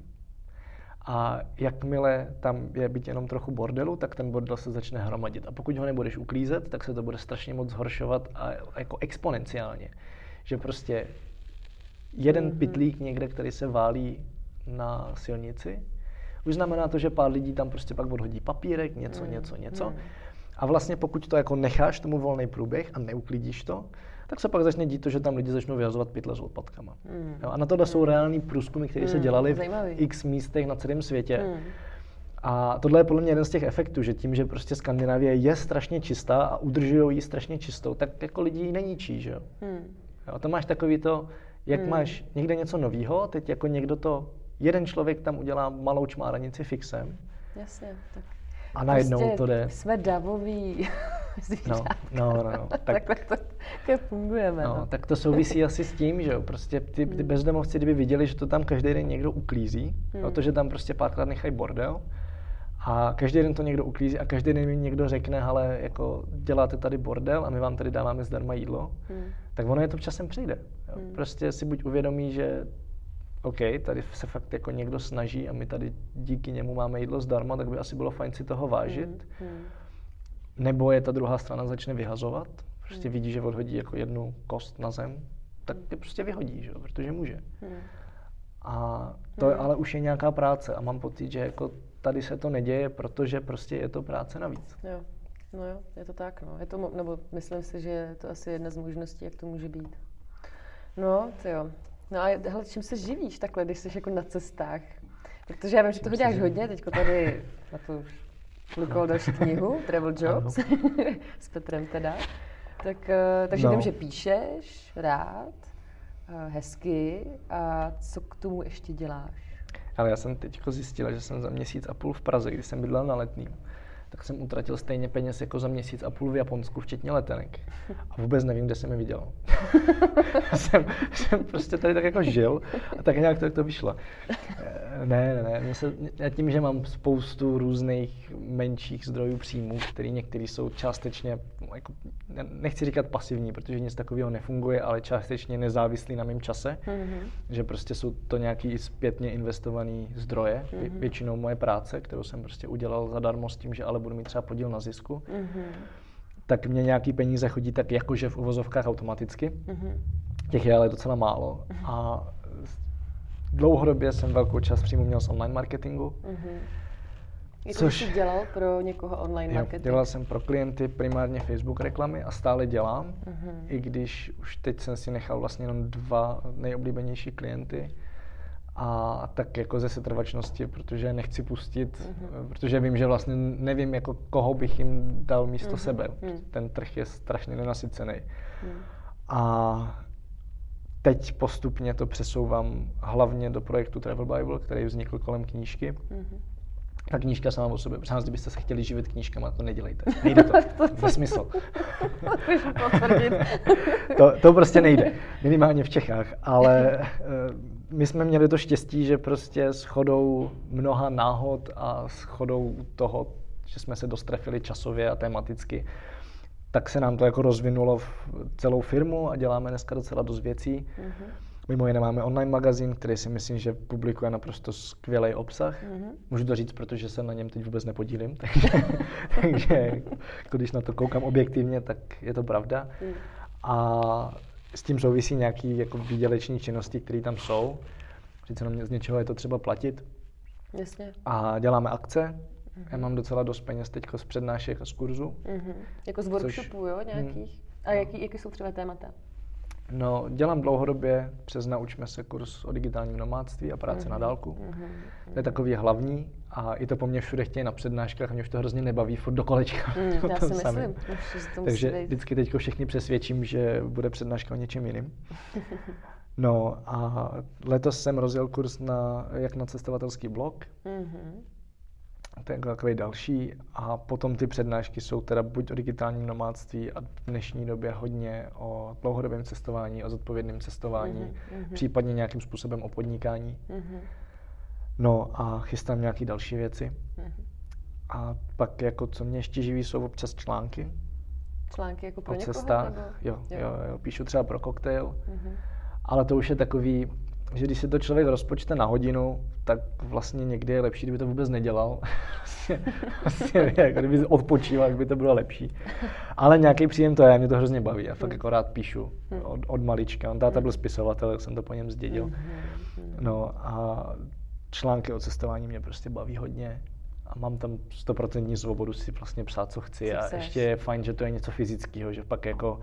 A jakmile tam je být jenom trochu bordelu, tak ten bordel se začne hromadit. A pokud ho nebudeš uklízet, tak se to bude strašně moc zhoršovat a jako exponenciálně. Že prostě jeden mm-hmm. pytlík někde, který se válí na silnici, už znamená to, že pár lidí tam prostě pak odhodí papírek, něco, mm. něco, něco. Mm. A vlastně pokud to jako necháš tomu volný průběh a neuklidíš to, tak se pak začne dít to, že tam lidi začnou vyhazovat pytle s odpadkama. Mm. Jo, a na tohle mm. jsou reální průzkumy, které mm. se dělaly v Zajímavý. x místech na celém světě. Mm. A tohle je podle mě jeden z těch efektů, že tím, že prostě Skandinávie je strašně čistá a udržují ji strašně čistou, tak jako lidi ji neníčí, že jo. Mm. Jo, to máš takový to, jak mm. máš někde něco novýho, teď jako někdo to, jeden člověk tam udělá malou čmáranici fixem. Jasně, tak. A najednou prostě to jde. Jsme davoví zvířátka. No, no, no, no. Tak, takhle to, to fungujeme. No, no. Tak to souvisí asi s tím, že jo, prostě ty, ty bezdomovci, kdyby viděli, že to tam každý den někdo uklízí, hmm. protože tam prostě párkrát nechají bordel a každý den to někdo uklízí a každý den mi někdo řekne, hele, jako děláte tady bordel a my vám tady dáváme zdarma jídlo, hmm. tak ono je to časem přijde. Jo. Hmm. Prostě si buď uvědomí, že OK, tady se fakt jako někdo snaží a my tady díky němu máme jídlo zdarma, tak by asi bylo fajn si toho vážit. Hmm. Hmm. Nebo je ta druhá strana začne vyhazovat, prostě hmm. vidí, že odhodí jako jednu kost na zem, tak je prostě vyhodí, že? Protože může. Hmm. A to hmm. ale už je nějaká práce a mám pocit, že jako tady se to neděje, protože prostě je to práce navíc. Jo. No jo, je to tak, no. Je to, nebo myslím si, že je to asi jedna z možností, jak to může být. No, to jo. No a hele, čím se živíš takhle, když jsi jako na cestách? Protože já vím, že toho děláš hodně, teďko tady na to publikoval další knihu, Travel Jobs, s Petrem teda. Tak, takže no. Vím, že píšeš rád, hezky, a co k tomu ještě děláš? Ale já jsem teď zjistila, že jsem za měsíc a půl v Praze, když jsem bydlel na Letným, tak jsem utratil stejně peněz jako za měsíc a půl v Japonsku, včetně letenek. A vůbec nevím, kde jsem je viděl. jsem, jsem prostě tady tak jako žil a tak nějak to, to vyšlo. Ne, ne, ne. Se, já tím, že mám spoustu různých menších zdrojů příjmů, který některý jsou částečně, jako, nechci říkat pasivní, protože nic takového nefunguje, ale částečně nezávislí na mém čase, mm-hmm. že prostě jsou to nějaký zpětně investovaný zdroje, mm-hmm. většinou moje práce, kterou jsem prostě udělal zadarmo s tím, že ale budu mít třeba podíl na zisku, mm-hmm. tak mě nějaký peníze chodí tak jakože v uvozovkách automaticky. Mm-hmm. Těch je ale docela málo. Mm-hmm. A dlouhodobě jsem velkou část příjmu měl z online marketingu. Mm-hmm. Což jsi dělal pro někoho online jo, marketing? Dělal jsem pro klienty primárně Facebook reklamy a stále dělám, mm-hmm. i když už teď jsem si nechal vlastně jenom dva nejoblíbenější klienty. A tak jako ze setrvačnosti, protože nechci pustit, mm-hmm. protože vím, že vlastně nevím, jako koho bych jim dal místo mm-hmm. sebe. Ten trh je strašně nenasycený. Mm. A teď postupně to přesouvám hlavně do projektu Travel Bible, který vznikl kolem knížky. Mm-hmm. Ta knížka sama o sobě, protože kdybyste se chtěli živit knížkama, to nedělejte. Nejde to. Nesmysl. to, to prostě nejde. Minimálně v Čechách. Ale my jsme měli to štěstí, že prostě shodou mnoha náhod a shodou toho, že jsme se dostrefili časově a tematicky, tak se nám to jako rozvinulo v celou firmu a děláme dneska docela dost věcí. Mm-hmm. Mimo jiné máme online magazín, který si myslím, že publikuje naprosto skvělý obsah. Mm-hmm. Můžu to říct, protože se na něm teď vůbec nepodílím, takže, takže když na to koukám objektivně, tak je to pravda. Mm. A s tím souvisí nějaké jako výděleční činnosti, které tam jsou. Přece z něčeho je to třeba platit. Jasně. A děláme akce. Mm-hmm. Já mám docela dost peněz teď z přednášek a z kurzu. Mm-hmm. Jako z workshopů, což, jo, nějakých? Mm, a jaký, jaký jsou třeba témata? No, dělám dlouhodobě přes Naučme se kurz o digitálním nomádství a práci mm-hmm. na dálku. Mm-hmm. To je takový hlavní a i to po mně všude chtějí na přednáškách a mě už to hrozně nebaví, furt do kolečka. Mm, já si myslím. Takže vždycky teď všechny přesvědčím, že bude přednáška o něčem jiným. No a letos jsem rozjel kurz na, jak na cestovatelský blog. Mm-hmm. To je takový další a potom ty přednášky jsou teda buď o digitálním nomádství a v dnešní době hodně o dlouhodobém cestování, o zodpovědném cestování, mm-hmm. případně nějakým způsobem o podnikání. Mm-hmm. No a chystám nějaké další věci. Mm-hmm. A pak jako co mě ještě živí, jsou občas články. Články jako pro o někoho? Cestách. Nebo? Jo, jo. Jo, jo, píšu třeba pro Cocktail, mm-hmm. ale to už je takový, že když si to člověk rozpočte na hodinu, tak vlastně někdy je lepší, kdyby to vůbec nedělal. vlastně, vlastně jako kdyby odpočíval, tak by to bylo lepší. Ale nějaký příjem to je, mě to hrozně baví. Já fakt jako rád píšu od, od malička. On táta byl spisovatel, tak jsem to po něm zdědil. No a články o cestování mě prostě baví hodně. A mám tam stoprocentní svobodu si vlastně psát, co chci. Co a chceš. Ještě je fajn, že to je něco fyzického, že pak jako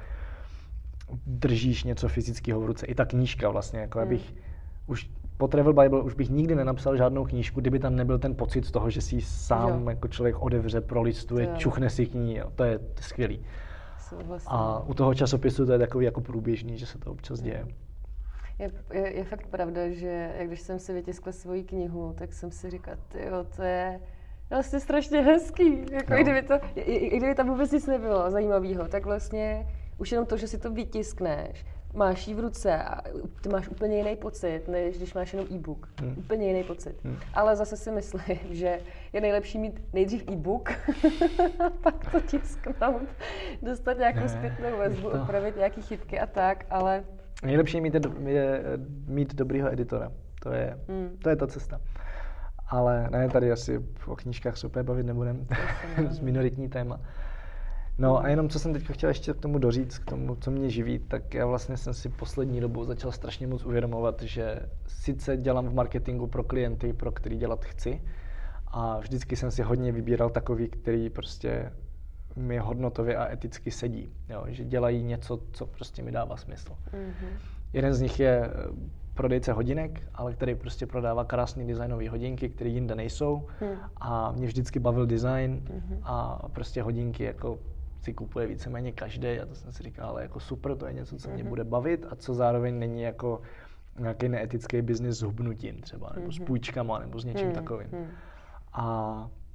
držíš něco fyzického v ruce. I ta knížka vlastně, jako hmm. abych už po Travel Bible už bych nikdy nenapsal žádnou knížku, kdyby tam nebyl ten pocit z toho, že si ji sám jo. jako člověk odevře, prolistuje, jo. čuchne si k ní, jo. To je, to je skvělý. Souhlasím. A u toho časopisu to je takový jako průběžný, že se to občas děje. Je, je, je fakt pravda, že když jsem si vytiskla svoji knihu, tak jsem si říkala, tyjo, to je vlastně strašně hezký. Jako no. i, kdyby to, i, i kdyby tam vůbec nic nebylo zajímavého, tak vlastně už jenom to, že si to vytiskneš, máš ji v ruce a ty máš úplně jiný pocit, než když máš jenom e-book. Hmm. Úplně jiný pocit. Hmm. Ale zase si myslím, že je nejlepší mít nejdřív e-book, pak to tisknout, dostat nějakou zpětnou vazbu, to... opravit nějaké chybky a tak, ale... Nejlepší je mít, je mít dobrýho editora. To je, hmm. to je ta cesta. Ale ne, tady asi o knížkách se úplně bavit nebudem. Z minoritní téma. No a jenom co jsem teď chtěl ještě k tomu doříct, k tomu, co mě živí, tak já vlastně jsem si poslední dobou začal strašně moc uvědomovat, že sice dělám v marketingu pro klienty, pro který dělat chci, a vždycky jsem si hodně vybíral takový, který prostě mi hodnotově a eticky sedí, jo, že dělají něco, co prostě mi dává smysl. Mm-hmm. Jeden z nich je prodejce hodinek, ale který prostě prodává krásný designové hodinky, které jinde nejsou, mm. a mě vždycky bavil design mm-hmm. a prostě hodinky jako si kupuje víceméně každý, a to jsem si říkal, ale jako super, to je něco, co mě mm-hmm. bude bavit a co zároveň není jako nějaký neetický biznis s hubnutím třeba, nebo mm-hmm. s půjčkama, nebo s něčím mm-hmm. takovým. A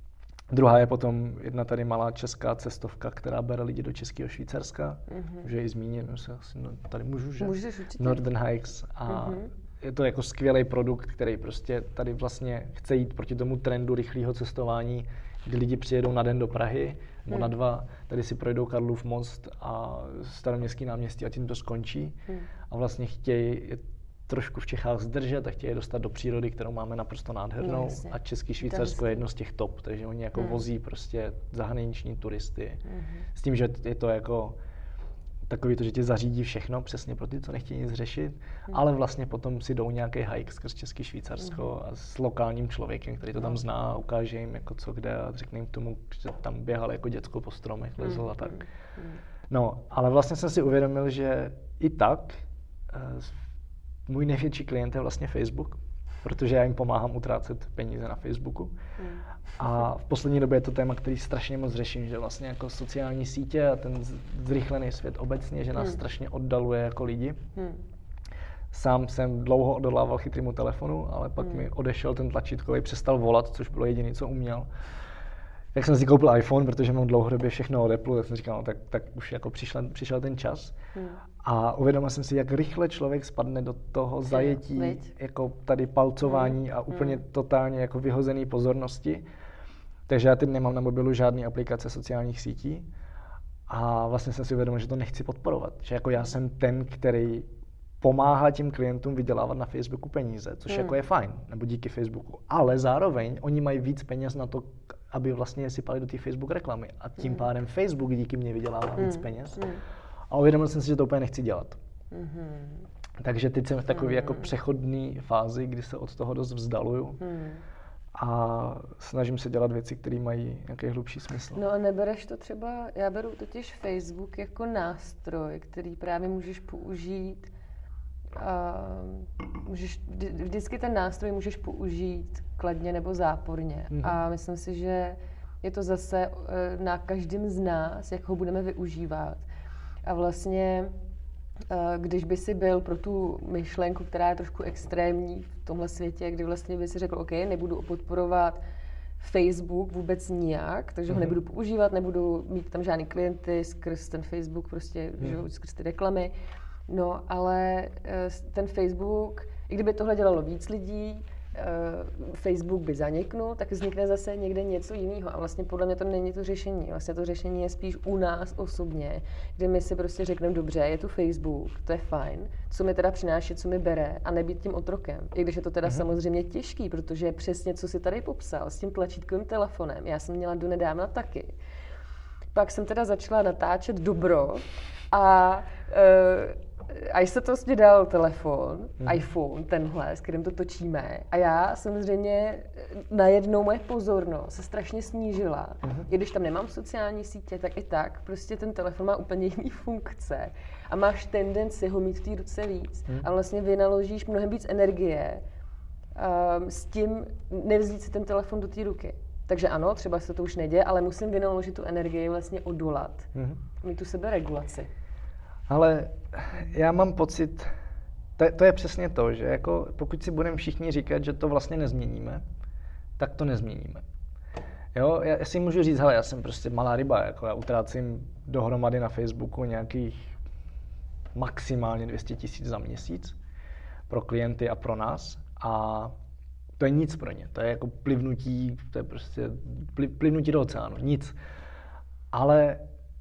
Druhá je potom jedna tady malá česká cestovka, která bere lidi do Českého Švýcarska, mm-hmm. že ji zmíním, se asi no, tady můžu, že? Můžeš určitě. Northern Hikes a mm-hmm. je to jako skvělý produkt, který prostě tady vlastně chce jít proti tomu trendu rychlého cestování, kdy lidi přijedou na den do Prahy, nebo mm. na dva, tady si projdou Karlův most a Staroměstský náměstí a tím to skončí. Mm. A vlastně chtějí trošku v Čechách zdržet a chtějí dostat do přírody, kterou máme naprosto nádhernou. No, a Český Švýcarsko je jedno z těch top, takže oni jako mm. vozí prostě zahraniční turisty. Mm. S tím, že je to jako takový to, že tě zařídí všechno přesně pro ty, co nechtějí nic řešit, mm. ale vlastně potom si jdou nějaký hike skrz Český Švýcarsko mm. a s lokálním člověkem, který to tam zná a ukáže jim jako co kde a řekne jim k tomu, že tam běhal jako děcko po stromech, lezl mm. a tak. Mm. No, ale vlastně jsem si uvědomil, že i tak uh, můj největší klient je vlastně Facebook, protože já jim pomáhám utrácet peníze na Facebooku. Mm. A v poslední době je to téma, který strašně moc řeším, že vlastně jako sociální sítě a ten zrychlený svět obecně, že nás mm. strašně oddaluje jako lidi. Mm. Sám jsem dlouho odolával chytrému telefonu, ale pak mm. mi odešel ten tlačítkový, přestal volat, což bylo jediné, co uměl. Jak jsem si koupil iPhone, protože mám dlouhodobě všechno od Apple, tak jsem říkal, no, tak, tak už jako přišel, přišel ten čas. Hmm. A uvědomil jsem si, jak rychle člověk spadne do toho zajetí, hmm. jako tady palcování hmm. a úplně hmm. totálně jako vyhozený pozornosti. Takže já teď nemám na mobilu žádný aplikace sociálních sítí a vlastně jsem si uvědomil, že to nechci podporovat. Že jako já jsem ten, který pomáhá tím klientům vydělávat na Facebooku peníze, což hmm. jako je fajn, nebo díky Facebooku. Ale zároveň oni mají víc peněz na to, aby vlastně sypali do té Facebook reklamy. A tím hmm. pádem Facebook díky mně vydělává hmm. víc peněz. Hmm. A uvědomil jsem si, že to úplně nechci dělat. Hmm. Takže teď jsem v takové hmm. jako přechodné fázi, kdy se od toho dost vzdaluju. Hmm. A snažím se dělat věci, které mají nějaký hlubší smysl. No a nebereš to třeba, já beru totiž Facebook jako nástroj, který právě můžeš použít. A můžeš, vždycky ten nástroj můžeš použít kladně nebo záporně. Mm-hmm. A myslím si, že je to zase na každém z nás, jak ho budeme využívat. A vlastně, když by si byl pro tu myšlenku, která je trošku extrémní v tomhle světě, kdy vlastně by si řekl, OK, nebudu podporovat Facebook vůbec nijak, takže mm-hmm. ho nebudu používat, nebudu mít tam žádný klienty skrz ten Facebook, prostě mm-hmm. že, skrz ty reklamy. No, ale ten Facebook, i kdyby tohle dělalo víc lidí, Facebook by zaniknul, tak vznikne zase někde něco jiného. A vlastně podle mě to není to řešení. Vlastně to řešení je spíš u nás osobně, kde my si prostě řekneme, dobře, je tu Facebook, to je fajn, co mi teda přináší, co mi bere a nebýt tím otrokem. I když je to teda mm-hmm. samozřejmě těžký, protože přesně, co si tady popsal, s tím tlačítkovým telefonem, já jsem měla donedávna taky. Pak jsem teda začala natáčet dobro a uh, a se to vlastně dal telefon, hmm. iPhone, tenhle, s kterým to točíme. A já samozřejmě najednou moje pozornost se strašně snížila. Hmm. I když tam nemám sociální sítě, tak i tak. Prostě ten telefon má úplně jiný funkce. A máš tendenci ho mít v té ruce víc. Hmm. A vlastně vynaložíš mnohem víc energie um, s tím nevzít si ten telefon do té ruky. Takže ano, třeba se to už neděje, ale musím vynaložit tu energii vlastně odolat. Hmm. Mít tu seberegulaci. Ale já mám pocit, to, to je přesně to, že jako pokud si budeme všichni říkat, že to vlastně nezměníme, tak to nezměníme. Jo, já, já si můžu říct, hele, já jsem prostě malá ryba, jako já utrácím dohromady na Facebooku nějakých maximálně dvě stě tisíc za měsíc pro klienty a pro nás a to je nic pro ně, to je jako plivnutí, to je prostě plivnutí do oceánu, nic. Ale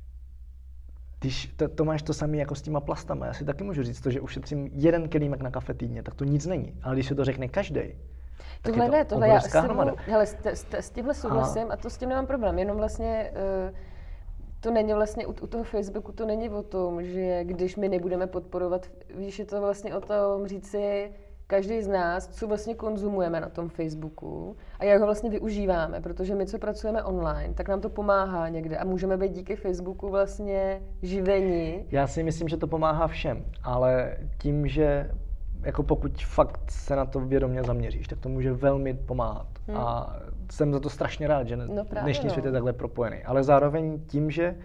když to, to máš to samé jako s těma plastama, já si taky můžu říct to, že ušetřím jeden kelímek na kafe týdně, tak to nic není. Ale když se to řekne každý, tak tohle je to ne, tohle obrovská hromada. Hele, s, s, s tímhle souhlasím a... a to s tím nemám problém, jenom vlastně uh, to není vlastně u, u toho Facebooku, to není o tom, že když my nebudeme podporovat, víš, je to vlastně o tom říct si, každý z nás, co vlastně konzumujeme na tom Facebooku a jak ho vlastně využíváme, protože my, co pracujeme online, tak nám to pomáhá někde a můžeme být díky Facebooku vlastně živení. Já si myslím, že to pomáhá všem, ale tím, že jako pokud fakt se na to vědomě zaměříš, tak to může velmi pomáhat. Hmm. A jsem za to strašně rád, že no dnešní no. svět je takhle propojený. Ale zároveň tím, že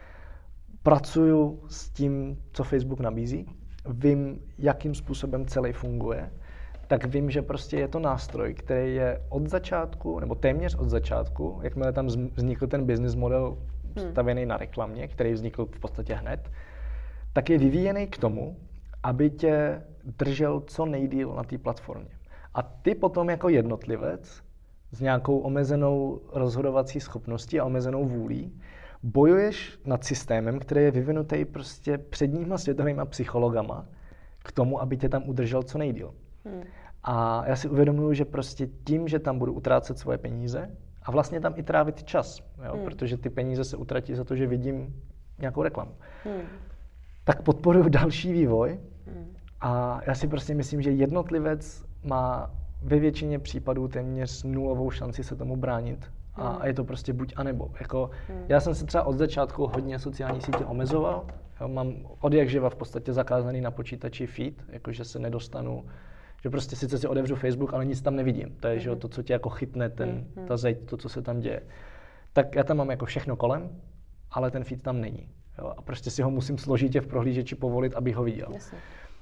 pracuju s tím, co Facebook nabízí, vím, jakým způsobem celý funguje, tak vím, že prostě je to nástroj, který je od začátku, nebo téměř od začátku, jakmile tam vznikl ten business model hmm. stavěný na reklamě, který vznikl v podstatě hned, tak je vyvíjený k tomu, aby tě držel co nejdýl na té platformě. A ty potom jako jednotlivec s nějakou omezenou rozhodovací schopností a omezenou vůlí bojuješ nad systémem, který je vyvinutý prostě předníma světovýma psychologama k tomu, aby tě tam udržel co nejdýl. Hmm. A já si uvědomuji, že prostě tím, že tam budu utrácet svoje peníze a vlastně tam i trávit čas, jo, hmm. protože ty peníze se utratí za to, že vidím nějakou reklamu, hmm. tak podporuji další vývoj hmm. a já si prostě myslím, že jednotlivec má ve většině případů téměř nulovou šanci se tomu bránit a, hmm. a je to prostě buď a nebo. Jako, hmm. Já jsem se třeba od začátku hodně sociální sítě omezoval, jo, mám od jak živa v podstatě zakázaný na počítači feed, jakože se nedostanu, že prostě sice si otevřu Facebook, ale nic tam nevidím. To je, mm-hmm. že to, co tě jako chytne, ten, mm-hmm. ta zeď, to, co se tam děje. Tak já tam mám jako všechno kolem, ale ten feed tam není. Jo? A prostě si ho musím složitě v prohlížeči povolit, abych ho viděl. Jasně.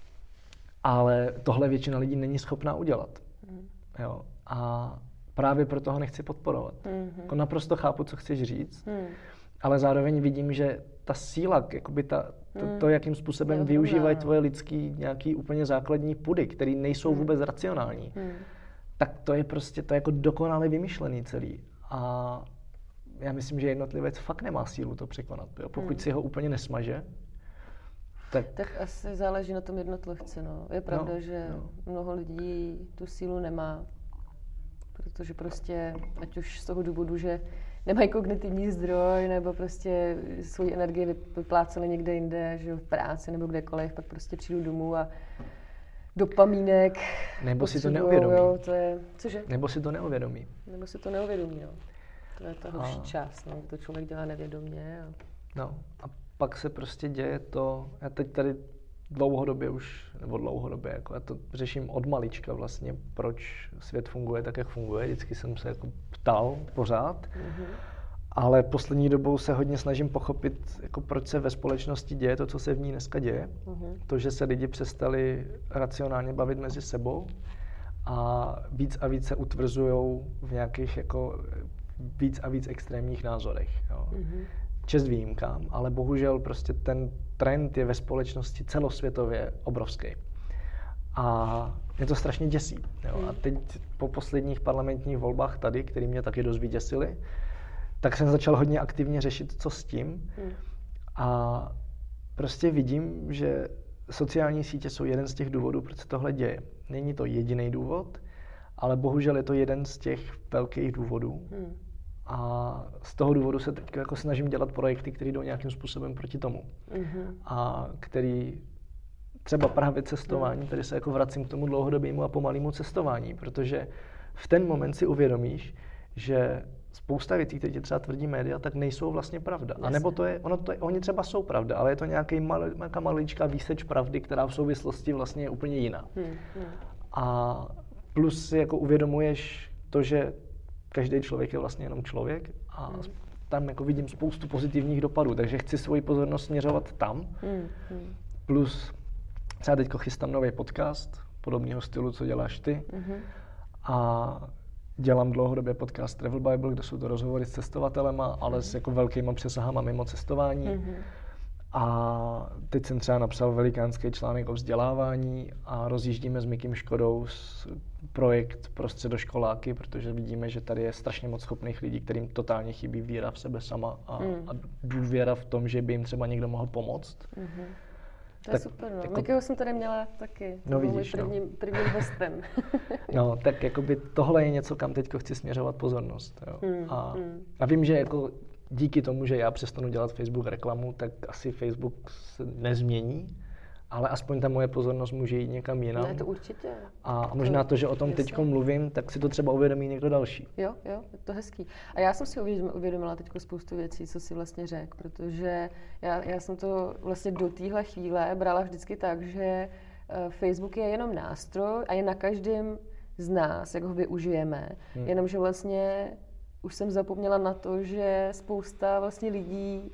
Ale tohle většina lidí není schopná udělat. Mm. Jo? A právě proto ho nechci podporovat. Mm-hmm. Jako naprosto chápu, co chceš říct, mm. ale zároveň vidím, že ta síla, jakoby ta, to, to, jakým způsobem mm. využívají tvoje lidský nějaký úplně základní pudy, které nejsou mm. vůbec racionální, mm. tak to je prostě to je jako dokonale vymyšlený celý. A já myslím, že jednotlivec fakt nemá sílu to překonat. Jo? Pokud mm. si ho úplně nesmaže, tak... Tak asi záleží na tom jednotlivci. No. Je pravda, no, že no. mnoho lidí tu sílu nemá, protože prostě, ať už z toho důvodu, že nemají kognitivní zdroj, nebo prostě svou energii vypláceli někde jinde, že v práci nebo kdekoliv, pak prostě přijdu domů a dopamínek. Nebo si to neuvědomí. Jo, to je, cože? Nebo si to neuvědomí. Nebo si to neuvědomí, no. To je ta horší a... část, no, to člověk dělá nevědomě. A... No a pak se prostě děje to, já teď tady dlouhodobě už, nebo dlouhodobě, jako já to řeším od malička vlastně, proč svět funguje tak, jak funguje. Vždycky jsem se jako ptal pořád, mm-hmm. ale poslední dobou se hodně snažím pochopit, jako proč se ve společnosti děje to, co se v ní dneska děje. Mm-hmm. To, že se lidi přestali racionálně bavit mezi sebou a víc a víc se utvrzujou v nějakých jako víc a víc extrémních názorech. Jo. Mm-hmm. Čest výjimkám, ale bohužel prostě ten trend je ve společnosti celosvětově obrovský. A mě to strašně děsí. Jo. A teď po posledních parlamentních volbách tady, které mě taky dost vyděsily, tak jsem začal hodně aktivně řešit, co s tím. A prostě vidím, že sociální sítě jsou jeden z těch důvodů, proč se tohle děje. Není to jediný důvod, ale bohužel je to jeden z těch velkých důvodů. Hmm. A z toho důvodu se teď jako snažím dělat projekty, které jdou nějakým způsobem proti tomu. Mm-hmm. A který třeba právě cestování, tady se jako vracím k tomu dlouhodobému a pomalému cestování, protože v ten moment si uvědomíš, že spousta věcí, které ti třeba tvrdí média, tak nejsou vlastně pravda. A nebo to je, ono to je, oni třeba jsou pravda, ale je to nějaký mal, nějaká maličká výseč pravdy, která v souvislosti vlastně je úplně jiná. Mm-hmm. A plus si jako uvědomuješ to, že každý člověk je vlastně jenom člověk a mm. tam jako vidím spoustu pozitivních dopadů, takže chci svoji pozornost směřovat tam. Mm. Plus třeba teďko chystám nový podcast podobného stylu, co děláš ty. Mm-hmm. A dělám dlouhodobě podcast Travel Bible, kde jsou to rozhovory s cestovatelema, ale mm. s jako velkýma přesahama mimo cestování. Mm-hmm. A teď jsem třeba napsal velikánský článek o vzdělávání a rozjíždíme s Mikim Škodou projekt pro středoškoláky, protože vidíme, že tady je strašně moc schopných lidí, kterým totálně chybí víra v sebe sama a, mm. a důvěra v tom, že by jim třeba někdo mohl pomoct. Mm-hmm. To tak, je super, no. Jako, Mikyho jsem tady měla taky, to no byl vidíš, můj první, no. prvním hostem. No, tak jakoby tohle je něco, kam teďko chci směřovat pozornost. Jo. Mm, a, mm. a vím, že jako díky tomu, že já přestanu dělat Facebook reklamu, tak asi Facebook se nezmění, ale aspoň ta moje pozornost může jít někam jinam. Ne, to určitě. A možná to, že o tom teď mluvím, tak si to třeba uvědomí někdo další. Jo, jo, je to hezký. A já jsem si uvědomila teď spoustu věcí, co si vlastně řekl, protože já, já jsem to vlastně do téhle chvíle brala vždycky tak, že Facebook je jenom nástroj a je na každém z nás, jak ho využijeme. Hmm. Jenomže vlastně už jsem zapomněla na to, že spousta vlastně lidí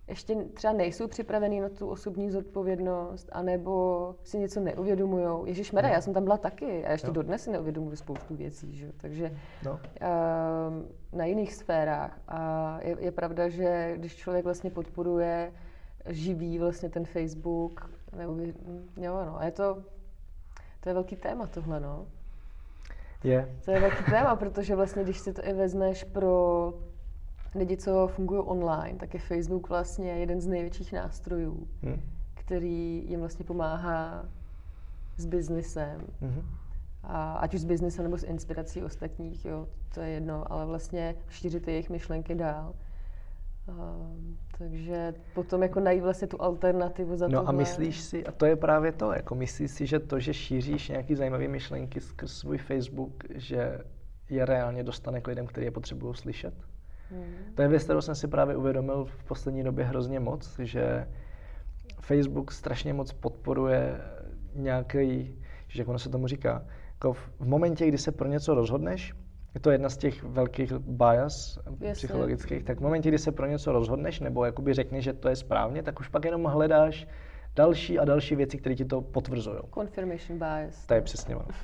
ještě třeba nejsou připravený na tu osobní zodpovědnost, anebo si něco neuvědomujou. Ježišmarja, já jsem tam byla taky a ještě jo. dodnes si neuvědomuji spoustu věcí, že? Takže no. uh, na jiných sférách. A je, je pravda, že když člověk vlastně podporuje, živí vlastně ten Facebook, neuvěd... jo, no, a je to, to je velký téma tohle, no. Je. To je velký téma, protože vlastně, když si to i vezmeš pro lidi, co fungují online, tak je Facebook vlastně jeden z největších nástrojů, hmm. který jim vlastně pomáhá s biznisem. Hmm. A ať už s biznisem nebo s inspirací ostatních, jo, to je jedno, ale vlastně šířit jejich myšlenky dál. A, takže potom jako najít vlastně tu alternativu za no tohle. No a myslíš si, a to je právě to, jako myslíš si, že to, že šíříš nějaký zajímavé myšlenky skrz svůj Facebook, že je reálně dostane k lidem, kteří je potřebují slyšet? Hmm. To je věc, kterou jsem si právě uvědomil v poslední době hrozně moc, že Facebook strašně moc podporuje nějaký, že jak ono se tomu říká, jako v momentě, kdy se pro něco rozhodneš, je to jedna z těch velkých bias yes, psychologických, tak v momentě, kdy se pro něco rozhodneš, nebo jakoby řekneš, že to je správně, tak už pak jenom hledáš další a další věci, které ti to potvrzují. Confirmation bias. To je přesně ono.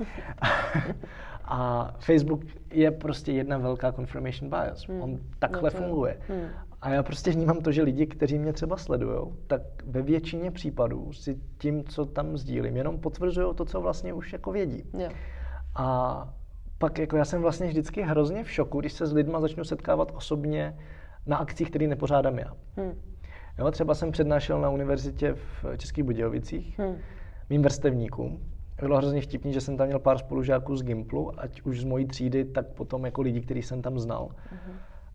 A Facebook je prostě jedna velká confirmation bias. Hmm. On takhle no to... funguje. Hmm. A já prostě vnímám to, že lidi, kteří mě třeba sledujou, tak ve většině případů si tím, co tam sdílím, jenom potvrzují to, co vlastně už jako vědí. Yeah. A pak jako já jsem vlastně vždycky hrozně v šoku, když se s lidma začnu setkávat osobně na akcích, které nepořádám já. Hmm. Jo, třeba jsem přednášel na univerzitě v Českých Budějovicích hmm. mým vrstevníkům. Bylo hrozně vtipný, že jsem tam měl pár spolužáků z Gimplu, ať už z mojí třídy, tak potom jako lidi, který jsem tam znal. Hmm.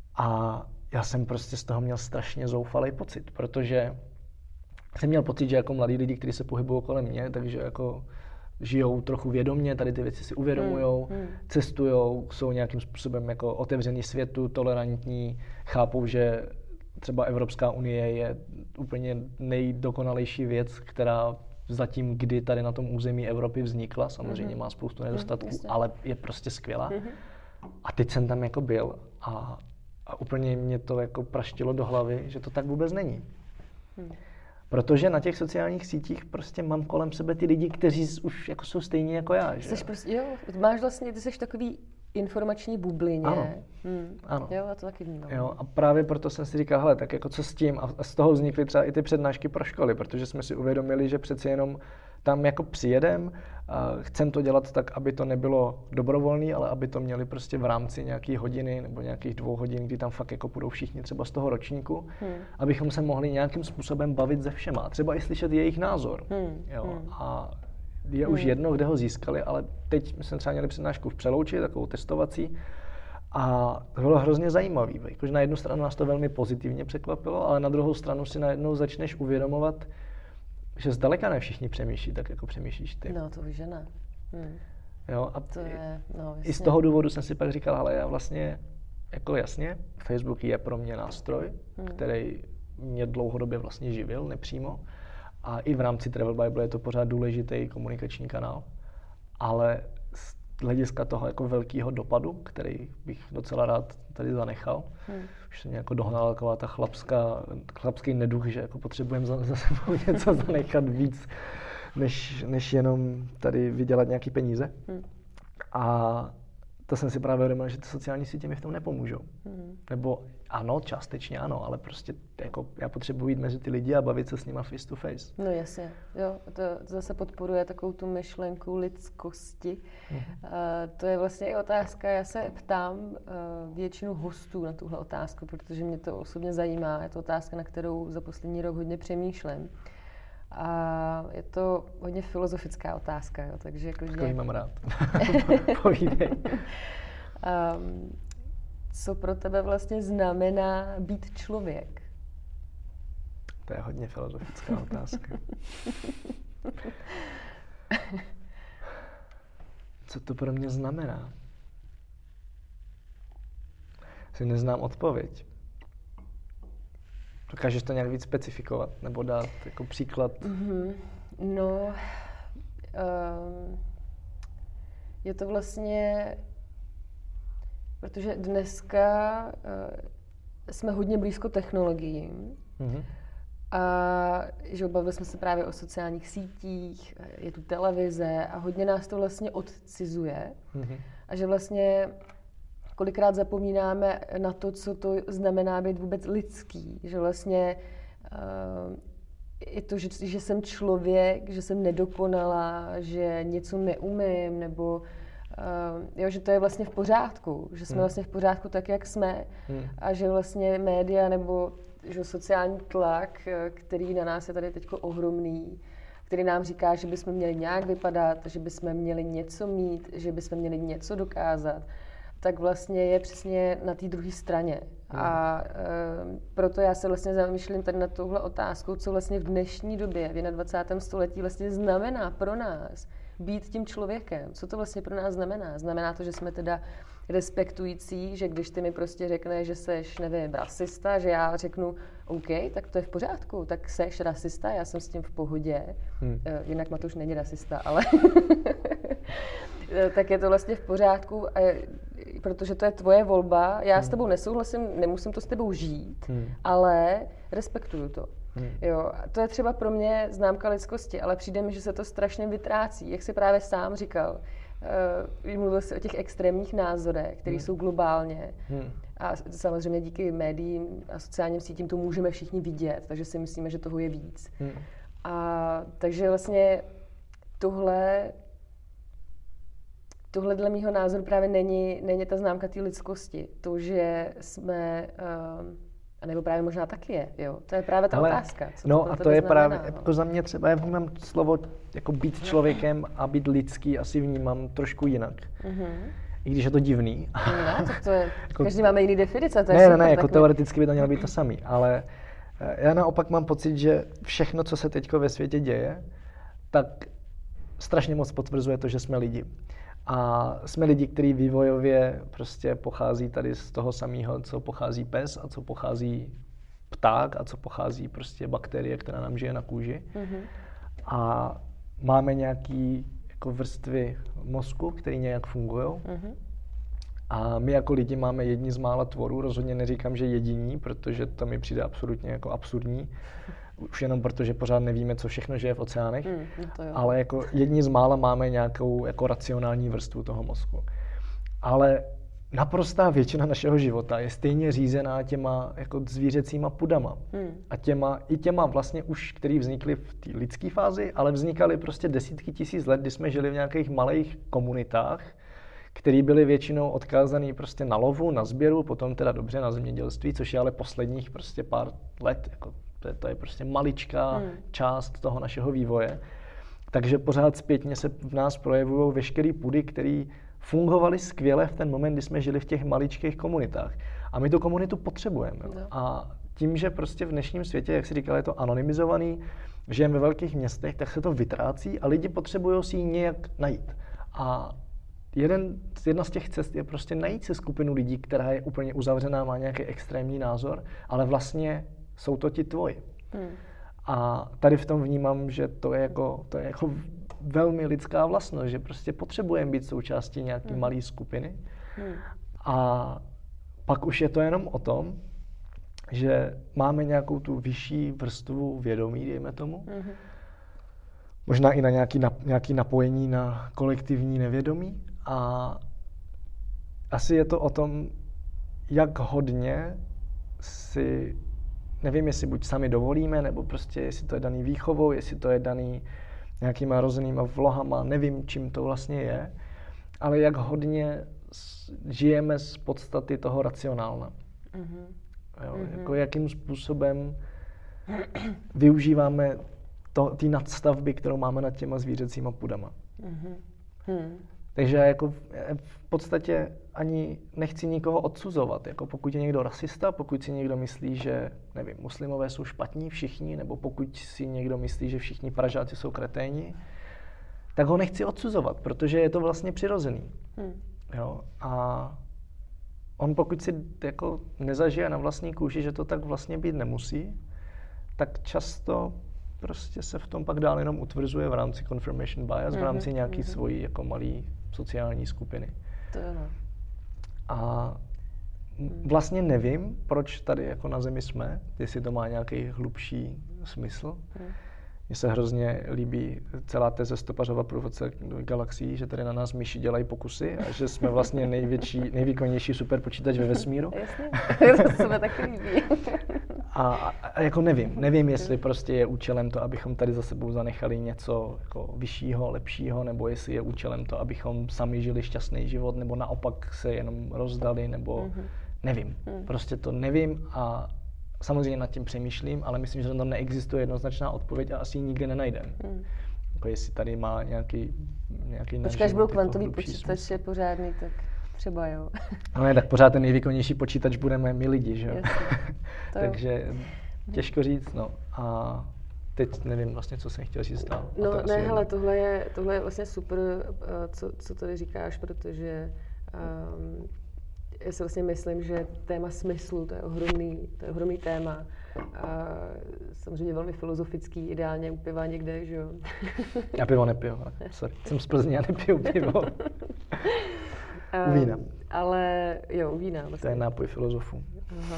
A já jsem prostě z toho měl strašně zoufalý pocit, protože jsem měl pocit, že jako mladí lidi, kteří se pohybují kolem mě, takže jako žijou trochu vědomně, tady ty věci si uvědomujou, hmm, hmm. cestujou, jsou nějakým způsobem jako otevřený světu, tolerantní, chápou, že třeba Evropská unie je úplně nejdokonalejší věc, která zatím kdy tady na tom území Evropy vznikla. Samozřejmě hmm. má spoustu nedostatků, hmm, ale je prostě skvělá. Hmm. A teď jsem tam jako byl a, a úplně mě to jako praštilo do hlavy, že to tak vůbec není. Hmm. Protože na těch sociálních sítích prostě mám kolem sebe ty lidi, kteří už jako jsou stejní jako já. Že? Jsi prostě, jo, máš vlastně, ty jsi takový informační bublině. Ano. Hmm. ano. Jo, já to taky vnímám. Jo, a právě proto jsem si říkal, hele, tak jako co s tím? A z toho vznikly třeba i ty přednášky pro školy, protože jsme si uvědomili, že přeci jenom tam jako přijedem, a chcem to dělat tak, aby to nebylo dobrovolný, ale aby to měli prostě v rámci nějaký hodiny nebo nějakých dvou hodin, kdy tam fakt jako půjdou všichni třeba z toho ročníku, hmm. abychom se mohli nějakým způsobem bavit se všema. Třeba i slyšet jejich názor. Hmm. Jo, hmm. A je hmm. už jedno, kde ho získali, ale teď jsme třeba měli přednášku v Přelouči, takovou testovací, a to bylo hrozně zajímavý. Jakože na jednu stranu nás to velmi pozitivně překvapilo, ale na druhou stranu si najednou začneš uvědomovat, že zdaleka ne všichni přemýšlí tak, jako přemýšlíš ty. No, to víš, že ne. Hmm. Jo, a to je, no, i z toho důvodu jsem si pak říkal, ale já vlastně, jako jasně, Facebook je pro mě nástroj, hmm. který mě dlouhodobě vlastně živil, nepřímo. A i v rámci Travel Bible je to pořád důležitý komunikační kanál. Ale z hlediska toho jako velkého dopadu, který bych docela rád tady zanechal, hmm. už se mě jako dohnala taková ta chlapská, chlapský neduch, že jako potřebujeme za, za sebou něco zanechat víc, než, než jenom tady vydělat nějaký peníze. Hmm. A to jsem si právě uvědomil, že ty sociální sítě mi v tom nepomůžou. Hmm. Nebo ano, částečně ano, ale prostě jako já potřebuji jít mezi ty lidi a bavit se s nima face to face. No jasně, jo, to, to zase podporuje takovou tu myšlenku lidskosti. Hmm. Uh, to je vlastně i otázka, já se ptám uh, většinu hostů na tuhle otázku, protože mě to osobně zajímá, je to otázka, na kterou za poslední rok hodně přemýšlím. A je to hodně filozofická otázka, jo, takže jako... Takový mám rád. Povídej. Um, co pro tebe vlastně znamená být člověk? To je hodně filozofická otázka. Co to pro mě znamená? Si neznám odpověď. Dokážeš to nějak víc specifikovat nebo dát jako příklad? Mm-hmm. No, um, je to vlastně, protože dneska uh, jsme hodně blízko technologiím Mm-hmm. A že bavili jsme se právě o sociálních sítích, je tu televize a hodně nás to vlastně odcizuje. Mm-hmm. A že vlastně kolikrát zapomínáme na to, co to znamená být vůbec lidský. Že vlastně uh, je to, že, že jsem člověk, že jsem nedokonalá, že něco neumím, nebo uh, jo, že to je vlastně v pořádku. Že jsme hmm. vlastně v pořádku tak, jak jsme. Hmm. A že vlastně média nebo že sociální tlak, který na nás je tady teď ohromný, který nám říká, že bychom měli nějak vypadat, že bychom měli něco mít, že bychom měli něco dokázat, tak vlastně je přesně na té druhé straně. Mm. A e, proto já se vlastně zamýšlím tady nad touhle otázkou, co vlastně v dnešní době, v dvacátém prvním století vlastně znamená pro nás být tím člověkem. Co to vlastně pro nás znamená? Znamená to, že jsme teda respektující, že když ty mi prostě řekneš, že seš, nevím, rasista, že já řeknu, OK, tak to je v pořádku, tak seš rasista, já jsem s tím v pohodě. Hmm. E, jinak Matouš není rasista, ale tak je to vlastně v pořádku, e, protože to je tvoje volba. Já hmm. s tebou nesouhlasím, nemusím to s tebou žít, hmm. ale respektuju to. Hmm. Jo, to je třeba pro mě známka lidskosti, ale přijde mi, že se to strašně vytrácí. Jak jsi právě sám říkal, uh, mluvil jsi o těch extrémních názorech, které hmm. jsou globálně. Hmm. A samozřejmě díky médiím a sociálním sítím to můžeme všichni vidět, takže si myslíme, že toho je víc. Hmm. A takže vlastně tohle, tohle dle mýho názoru právě není, není ta známka té lidskosti. To, že jsme... Uh, A nebo právě možná taky je, jo. To je právě ta Ale, otázka. Co no to a to je znamená, právě, no. jako za mě třeba, já vnímám slovo jako být člověkem a být lidský asi vnímám trošku jinak. Mm-hmm. I když je to divný. No, tak to je, jako, každý máme jiný definice. To ne, je ne, ne, jako takový... teoreticky by to mělo být to samý, ale já naopak mám pocit, že všechno, co se teďko ve světě děje, tak strašně moc potvrzuje to, že jsme lidi. A jsme lidi, kteří vývojově prostě pochází tady z toho samého, co pochází pes a co pochází pták a co pochází prostě bakterie, která nám žije na kůži. Mm-hmm. A máme nějaký jako vrstvy mozku, které nějak fungují. Mm-hmm. A my jako lidi máme jedni z mála tvorů, rozhodně neříkám, že jediní, protože to mi přijde absolutně jako absurdní. Už jenom proto, že pořád nevíme, co všechno žije v oceánech, mm, to jo. Ale jako jedni z mála máme nějakou jako racionální vrstvu toho mozku. Ale naprostá většina našeho života je stejně řízená těma jako zvířecíma pudama. Mm. A těma, i těma vlastně už, který vznikly v té lidské fázi, ale vznikaly prostě desítky tisíc let, kdy jsme žili v nějakých malých komunitách, které byly většinou odkázané prostě na lovu, na sběru, potom teda dobře na zemědělství, což je ale posledních prostě pár let, jako to je prostě maličká hmm. část toho našeho vývoje. Takže pořád zpětně se v nás projevují veškeré pudy, které fungovaly skvěle v ten moment, kdy jsme žili v těch maličkých komunitách. A my tu komunitu potřebujeme. No. A tím, že prostě v dnešním světě, jak si říkal, je to anonymizovaný, žijeme ve velkých městech, tak se to vytrácí a lidi potřebují si ji nějak najít. A jeden, jedna z těch cest je prostě najít si skupinu lidí, která je úplně uzavřená, má nějaký extrémní názor, ale vlastně jsou to ti tvoji. Hmm. A tady v tom vnímám, že to je jako, to je jako velmi lidská vlastnost, že prostě potřebujeme být součástí nějaké hmm. malé skupiny. Hmm. A pak už je to jenom o tom, že máme nějakou tu vyšší vrstvu vědomí, dejme tomu. Hmm. Možná i na nějaký, na nějaký napojení na kolektivní nevědomí. A asi je to o tom, jak hodně si nevím, jestli buď sami dovolíme, nebo prostě jestli to je daný výchovou, jestli to je daný nějakýma rozenýma vlohama, nevím, čím to vlastně je, ale jak hodně žijeme z podstaty toho racionálna. Mm-hmm. Jo, mm-hmm. Jako jakým způsobem využíváme ty nadstavby, kterou máme nad těma zvířecíma pudama. Mm-hmm. Hmm. Takže jako v podstatě ani nechci nikoho odsuzovat. Jako pokud je někdo rasista, pokud si někdo myslí, že nevím, muslimové jsou špatní všichni, nebo pokud si někdo myslí, že všichni Pražáci jsou kreténi, tak ho nechci odsuzovat, protože je to vlastně přirozený. Hmm. Jo? A on pokud si jako nezažije na vlastní kůži, že to tak vlastně být nemusí, tak často prostě se v tom pak dál jenom utvrzuje v rámci confirmation bias, mm-hmm, v rámci nějaký mm-hmm. svojí jako malý sociální skupiny. To je no. A vlastně nevím, proč tady jako na Zemi jsme, jestli to má nějaký hlubší smysl. Hmm. Mně se hrozně líbí celá teze stopařova průvodce galaxií, že tady na nás myši dělají pokusy a že jsme vlastně největší, nejvýkonnější superpočítač ve vesmíru. Jasně, to se mi taky líbí. A, a jako nevím, nevím, jestli prostě je účelem to, abychom tady za sebou zanechali něco jako vyššího, lepšího, nebo jestli je účelem to, abychom sami žili šťastný život, nebo naopak se jenom rozdali, nebo mm-hmm. nevím. Mm. Prostě to nevím a samozřejmě nad tím přemýšlím, ale myslím, že tam neexistuje jednoznačná odpověď a asi ji nikdy nenajdem. Mm. Jako jestli tady má nějaký nějaký Počkej, až byl kvantový počítač je pořádný, tak třeba jo. No ne, tak pořád ten nejvýkonnější počítač budeme my lidi, že jo? Takže těžko říct, no. A teď nevím vlastně, co jsem chtěl říct dál. No ne, hele, tohle je, tohle je vlastně super, co, co tady říkáš, protože um, já si vlastně myslím, že téma smyslu, to je ohromný, to je ohromný téma. A samozřejmě velmi filozofický, ideálně u piva někde, že jo? Já pivo nepiju, sorry. Jsem z Plzně a nepiju pivo. U vína. Um, ale jo, u vína. Vlastně. To je nápoj filozofů. Aha.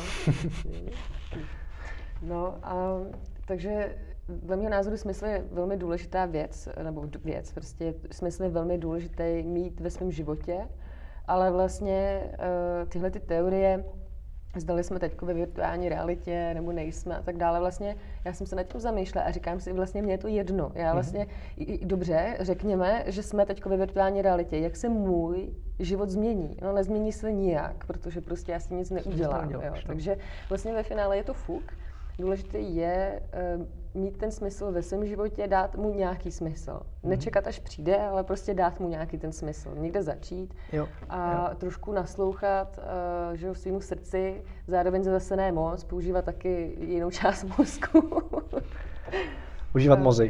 No a takže dle mého názoru smysl je velmi důležitá věc, nebo věc, prostě smysl je velmi důležitý mít ve svém životě, ale vlastně uh, tyhle ty teorie, zdali jsme teď ve virtuální realitě, nebo nejsme a tak dále, vlastně já jsem se nad tím zamýšlela a říkám si, vlastně mě je to jedno. Já vlastně, mm-hmm. dobře, řekněme, že jsme teď ve virtuální realitě. Jak se můj život změní? No nezmění se nijak, protože prostě já si nic neudělám. Jo. Takže vlastně ve finále je to fuk. Důležité je uh, mít ten smysl ve svém životě, dát mu nějaký smysl. Mm-hmm. Nečekat, až přijde, ale prostě dát mu nějaký ten smysl. Někde začít jo, a jo. trošku naslouchat uh, že svýmu srdci, zároveň zase ne moc, používat taky jinou část mozku. Užívat mozek,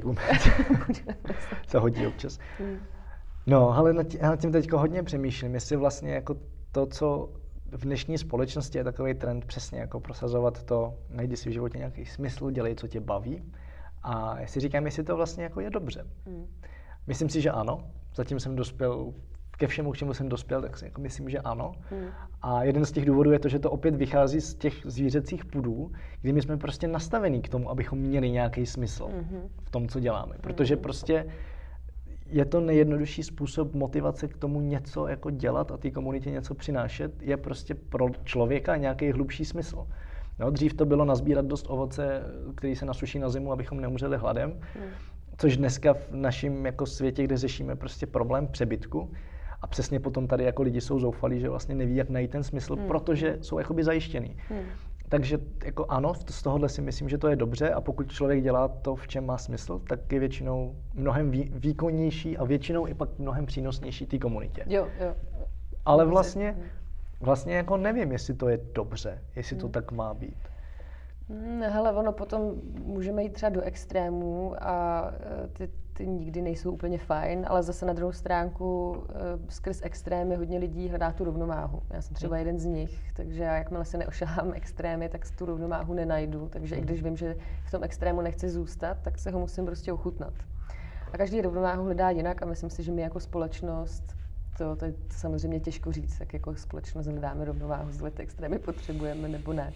se hodí občas. Mm. No, ale nad tím, nad tím teďko hodně přemýšlím, jestli vlastně jako to, co v dnešní společnosti je takový trend přesně jako prosazovat to, najdi si v životě nějaký smysl, dělej, co tě baví. A já si říkám, jestli to vlastně jako je dobře. Mm. Myslím si, že ano. Zatím jsem dospěl ke všemu, k čemu jsem dospěl, tak si jako myslím, že ano. Mm. A jeden z těch důvodů je to, že to opět vychází z těch zvířecích pudů, kdy my jsme prostě nastavení k tomu, abychom měli nějaký smysl mm-hmm. v tom, co děláme. Protože prostě je to nejjednodušší způsob motivace k tomu něco jako dělat a té komunitě něco přinášet, je prostě pro člověka nějaký hlubší smysl. No, dřív to bylo nazbírat dost ovoce, který se nasuší na zimu, abychom neumřeli hladem, hmm. což dneska v našem jako světě, kde řešíme prostě problém přebytku a přesně potom tady jako lidi jsou zoufalí, že vlastně neví, jak najít ten smysl, hmm. protože jsou jakoby zajištěný. Hmm. Takže jako ano, z tohohle si myslím, že to je dobře a pokud člověk dělá to, v čem má smysl, tak je většinou mnohem výkonnější a většinou i pak mnohem přínosnější té komunitě. Jo, jo. Ale vlastně, vlastně jako nevím, jestli to je dobře, jestli to tak má být. Hmm, hele, ono potom můžeme jít třeba do extrémů a ty, ty nikdy nejsou úplně fajn, ale zase na druhou stránku skrz extrémy hodně lidí hledá tu rovnováhu. Já jsem třeba jeden z nich, takže já jakmile se neošahám extrémy, tak tu rovnováhu nenajdu. Takže i když vím, že v tom extrému nechci zůstat, tak se ho musím prostě ochutnat. A každý rovnováhu hledá jinak a myslím si, že my jako společnost, to, to je samozřejmě těžko říct, jak jako společnost hledáme rovnováhu, zda ty extrémy potřebujeme nebo ne.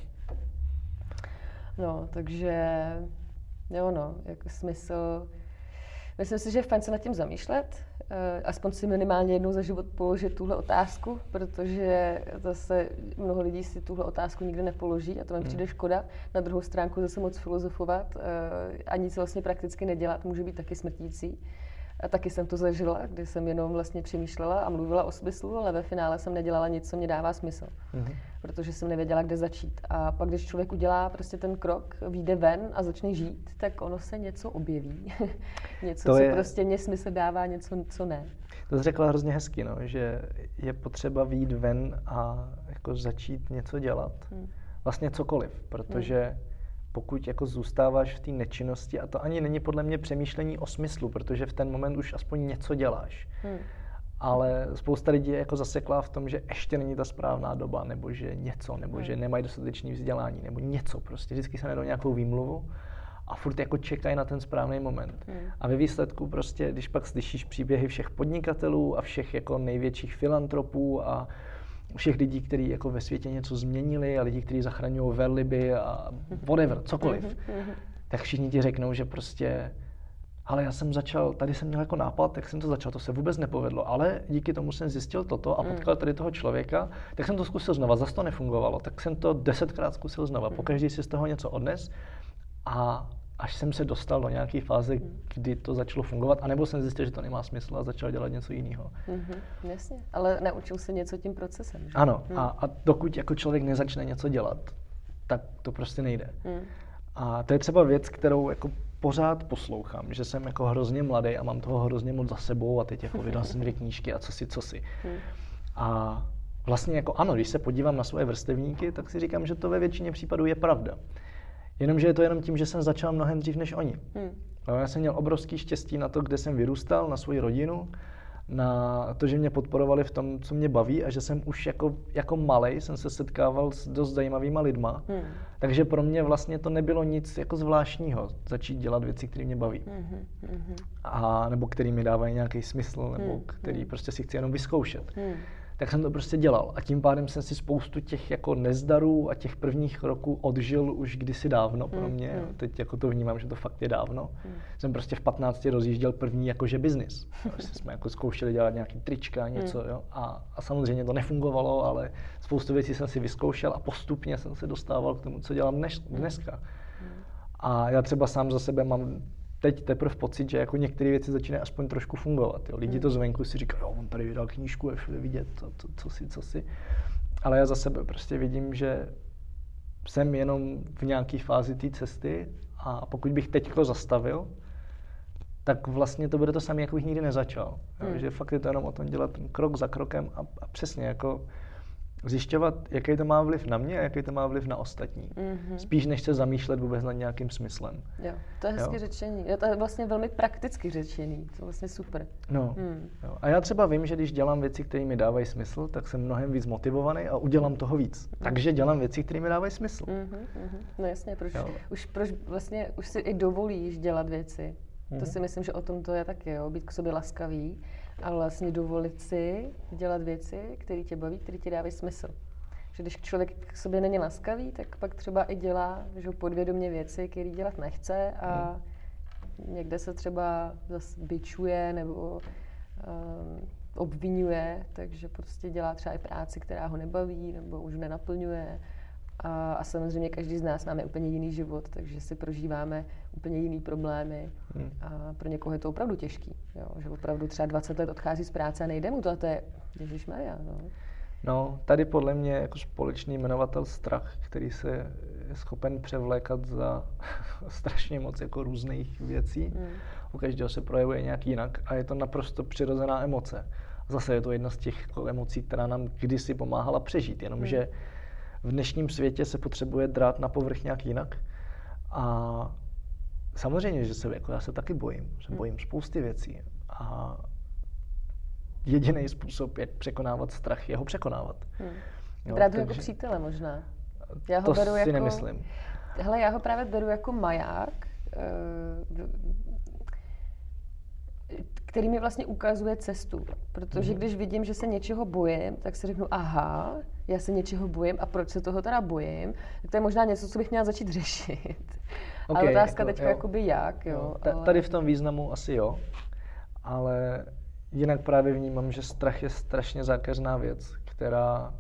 No, takže jo no, jako smysl. Myslím si, že je fajn se nad tím zamýšlet, aspoň si minimálně jednou za život položit tuhle otázku, protože zase mnoho lidí si tuhle otázku nikdy nepoloží a to mi přijde škoda. Na druhou stránku zase moc filozofovat a nic vlastně prakticky nedělat může být taky smrtící. A taky jsem to zažila, kdy jsem jenom vlastně přemýšlela a mluvila o smyslu, ale ve finále jsem nedělala nic, co mě dává smysl. Mm-hmm. Protože jsem nevěděla, kde začít. A pak, když člověk udělá prostě ten krok, vyjde ven a začne žít, tak ono se něco objeví. něco, to co je... prostě mě smysl dává, něco, co ne. To jsi řekla hrozně hezky, no, že je potřeba vyjít ven a jako začít něco dělat. Hmm. Vlastně cokoliv, protože hmm. pokud jako zůstáváš v té nečinnosti, a to ani není podle mě přemýšlení o smyslu, protože v ten moment už aspoň něco děláš. Hmm. Ale spousta lidí je jako zaseklá v tom, že ještě není ta správná doba, nebo že něco, nebo hmm. že nemají dostatečné vzdělání, nebo něco prostě. Vždycky se najdou nějakou výmluvu a furt jako čekají na ten správný moment. Hmm. A ve výsledku prostě, když pak slyšíš příběhy všech podnikatelů a všech jako největších filantropů a všech lidí, kteří jako ve světě něco změnili a lidí, kteří zachraňují velryby a whatever, cokoliv, tak všichni ti řeknou, že prostě ale já jsem začal, tady jsem měl jako nápad, tak jsem to začal, to se vůbec nepovedlo, ale díky tomu jsem zjistil toto a potkal tady toho člověka, tak jsem to zkusil znova, zase to nefungovalo, tak jsem to desetkrát zkusil znova, pokaždý si z toho něco odnes a až jsem se dostal do nějaké fáze, kdy to začalo fungovat, anebo jsem zjistil, že to nemá smysl a začal dělat něco jiného. Mm-hmm, jasně, ale naučil se něco tím procesem. Že? Ano, mm. a, a dokud jako člověk nezačne něco dělat, tak to prostě nejde. Mm. A to je třeba věc, kterou jako pořád poslouchám, že jsem jako hrozně mladý a mám toho hrozně moc za sebou a teď jako vydal jsem dvě knížky a co si, co si. Mm. A vlastně jako ano, když se podívám na svoje vrstevníky, tak si říkám, že to ve většině případů je pravda. Jenomže je to jenom tím, že jsem začal mnohem dřív než oni. Hmm. Já jsem měl obrovský štěstí na to, kde jsem vyrůstal, na svoji rodinu, na to, že mě podporovali v tom, co mě baví a že jsem už jako, jako malej jsem se setkával s dost zajímavýma lidma. Hmm. Takže pro mě vlastně to nebylo nic jako zvláštního začít dělat věci, které mě baví. Hmm. A, nebo které mi dávají nějaký smysl, nebo hmm. který prostě si chci jenom vyzkoušet. Hmm. Tak jsem to prostě dělal a tím pádem jsem si spoustu těch jako nezdarů a těch prvních roků odžil už kdysi dávno pro mě. Mm, mm. Teď jako to vnímám, že to fakt je dávno. Mm. Jsem prostě v patnácti rozjížděl první jakože biznis. Prostě jsme jako zkoušeli dělat nějaký trička, něco, mm. jo. A, a samozřejmě to nefungovalo, ale spoustu věcí jsem si vyzkoušel a postupně jsem se dostával k tomu, co dělám dnes, dneska. Mm. A já třeba sám za sebe mám teď teprve pocit, že jako některé věci začínají aspoň trošku fungovat. Jo. Lidi to zvenku si říkají, jo, on tady vydal knížku, je všude vidět, to, to, co si, co si. Ale já za sebe prostě vidím, že jsem jenom v nějaké fázi té cesty a pokud bych teďko zastavil, tak vlastně to bude to samé, jako bych nikdy nezačal. Hmm. Že fakt je to jenom o tom dělat krok za krokem a, a přesně jako zjišťovat, jaký to má vliv na mě a jaký to má vliv na ostatní. Mm-hmm. Spíš než se zamýšlet vůbec nad nějakým smyslem. Jo, to je hezky řečení. To je vlastně velmi prakticky řečení. To je vlastně super. No. Mm. Jo. A já třeba vím, že když dělám věci, které mi dávají smysl, tak jsem mnohem víc motivovaný a udělám toho víc. Mm. Takže dělám věci, které mi dávají smysl. Mm-hmm. No jasně, proč, už, proč vlastně už si i dovolíš dělat věci. Mm. To si myslím, že o tom to je taky, jo, být k sobě laskavý. A vlastně dovolit si dělat věci, které tě baví, které ti dávají smysl. Že když člověk k sobě není laskavý, tak pak třeba i dělá že podvědomě věci, které dělat nechce a hmm. někde se třeba zase bičuje nebo um, obvinuje, takže prostě dělá třeba i práci, která ho nebaví nebo už nenaplňuje. A, a samozřejmě každý z nás máme úplně jiný život, takže si prožíváme úplně jiný problémy. Hmm. A pro někoho je to opravdu těžký, jo? Že opravdu třeba dvacet let odchází z práce a nejde mu to a to je ježišmarja. No. no, tady podle mě jako společný jmenovatel strach, který se je schopen převlékat za strašně moc jako různých věcí. Hmm. U každého se projevuje nějak jinak a je to naprosto přirozená emoce. Zase je to jedna z těch jako emocí, která nám kdysi pomáhala přežít, jenomže hmm. v dnešním světě se potřebuje drát na povrch nějak jinak. A samozřejmě, že se, jako já se taky bojím. Se bojím spousty věcí. A jediný způsob, jak překonávat strach, je ho překonávat. Hmm. Jo, Brát ho jako přítele možná. Já ho to beru si jako, nemyslím. Hele, já ho právě beru jako maják, který mi vlastně ukazuje cestu. Protože když vidím, že se něčeho bojím, tak si řeknu, aha, já se něčeho bojím a proč se toho teda bojím, tak to je možná něco, co bych měla začít řešit. Okay, ale otázka jako, teďka jakoby jak, jo. jo ale... Tady v tom významu asi jo, ale jinak právě vnímám, že strach je strašně zákeřná věc, která...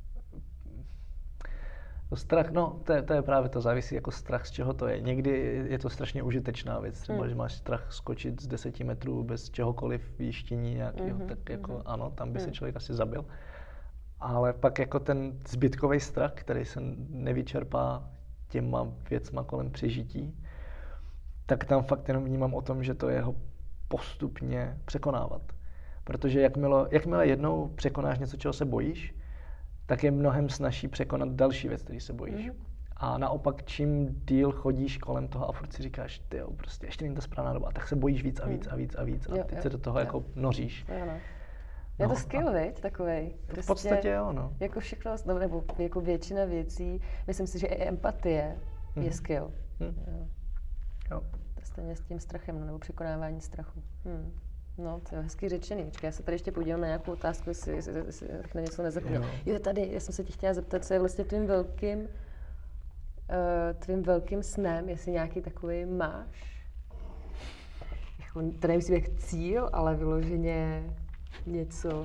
Strach, no, to je, to je právě to, závisí jako strach, z čeho to je. Někdy je to strašně užitečná věc, třeba, hmm. že máš strach skočit z deseti metrů bez čehokoliv výštění nějakého, mm-hmm. tak jako mm-hmm. ano, tam by se člověk asi zabil. Ale pak jako ten zbytkový strach, který se nevyčerpá těma věcma kolem přežití, tak tam fakt jenom vnímám o tom, že to je ho postupně překonávat. Protože jakmile, jakmile jednou překonáš něco, čeho se bojíš, tak je mnohem snazší překonat další věc, který se bojíš. Mm. A naopak, čím díl chodíš kolem toho a furt si říkáš, ty jo, prostě ještě není ta správná doba, tak se bojíš víc a víc a víc a víc a jo, teď jo, se do toho jo. jako noříš. Jo, no. Je to skill, a... viď, takovej. Prostě, v podstatě jo, no. Jako všechno, nebo jako většina věcí, myslím si, že i empatie mm. je skill. Mm. Jo. Jo. To stejně s tím strachem, nebo překonávání strachu. Hmm. No, to je hezky řečený. Počkej, já se tady ještě podívám na nějakou otázku, jestli, jestli, jestli na něco nezapomněl. Jo, tady, já jsem se tě chtěla zeptat, co je vlastně tvým velkým, uh, tvým velkým snem, jestli nějaký takový máš. Jako, to nemusí být cíl, ale vyloženě něco.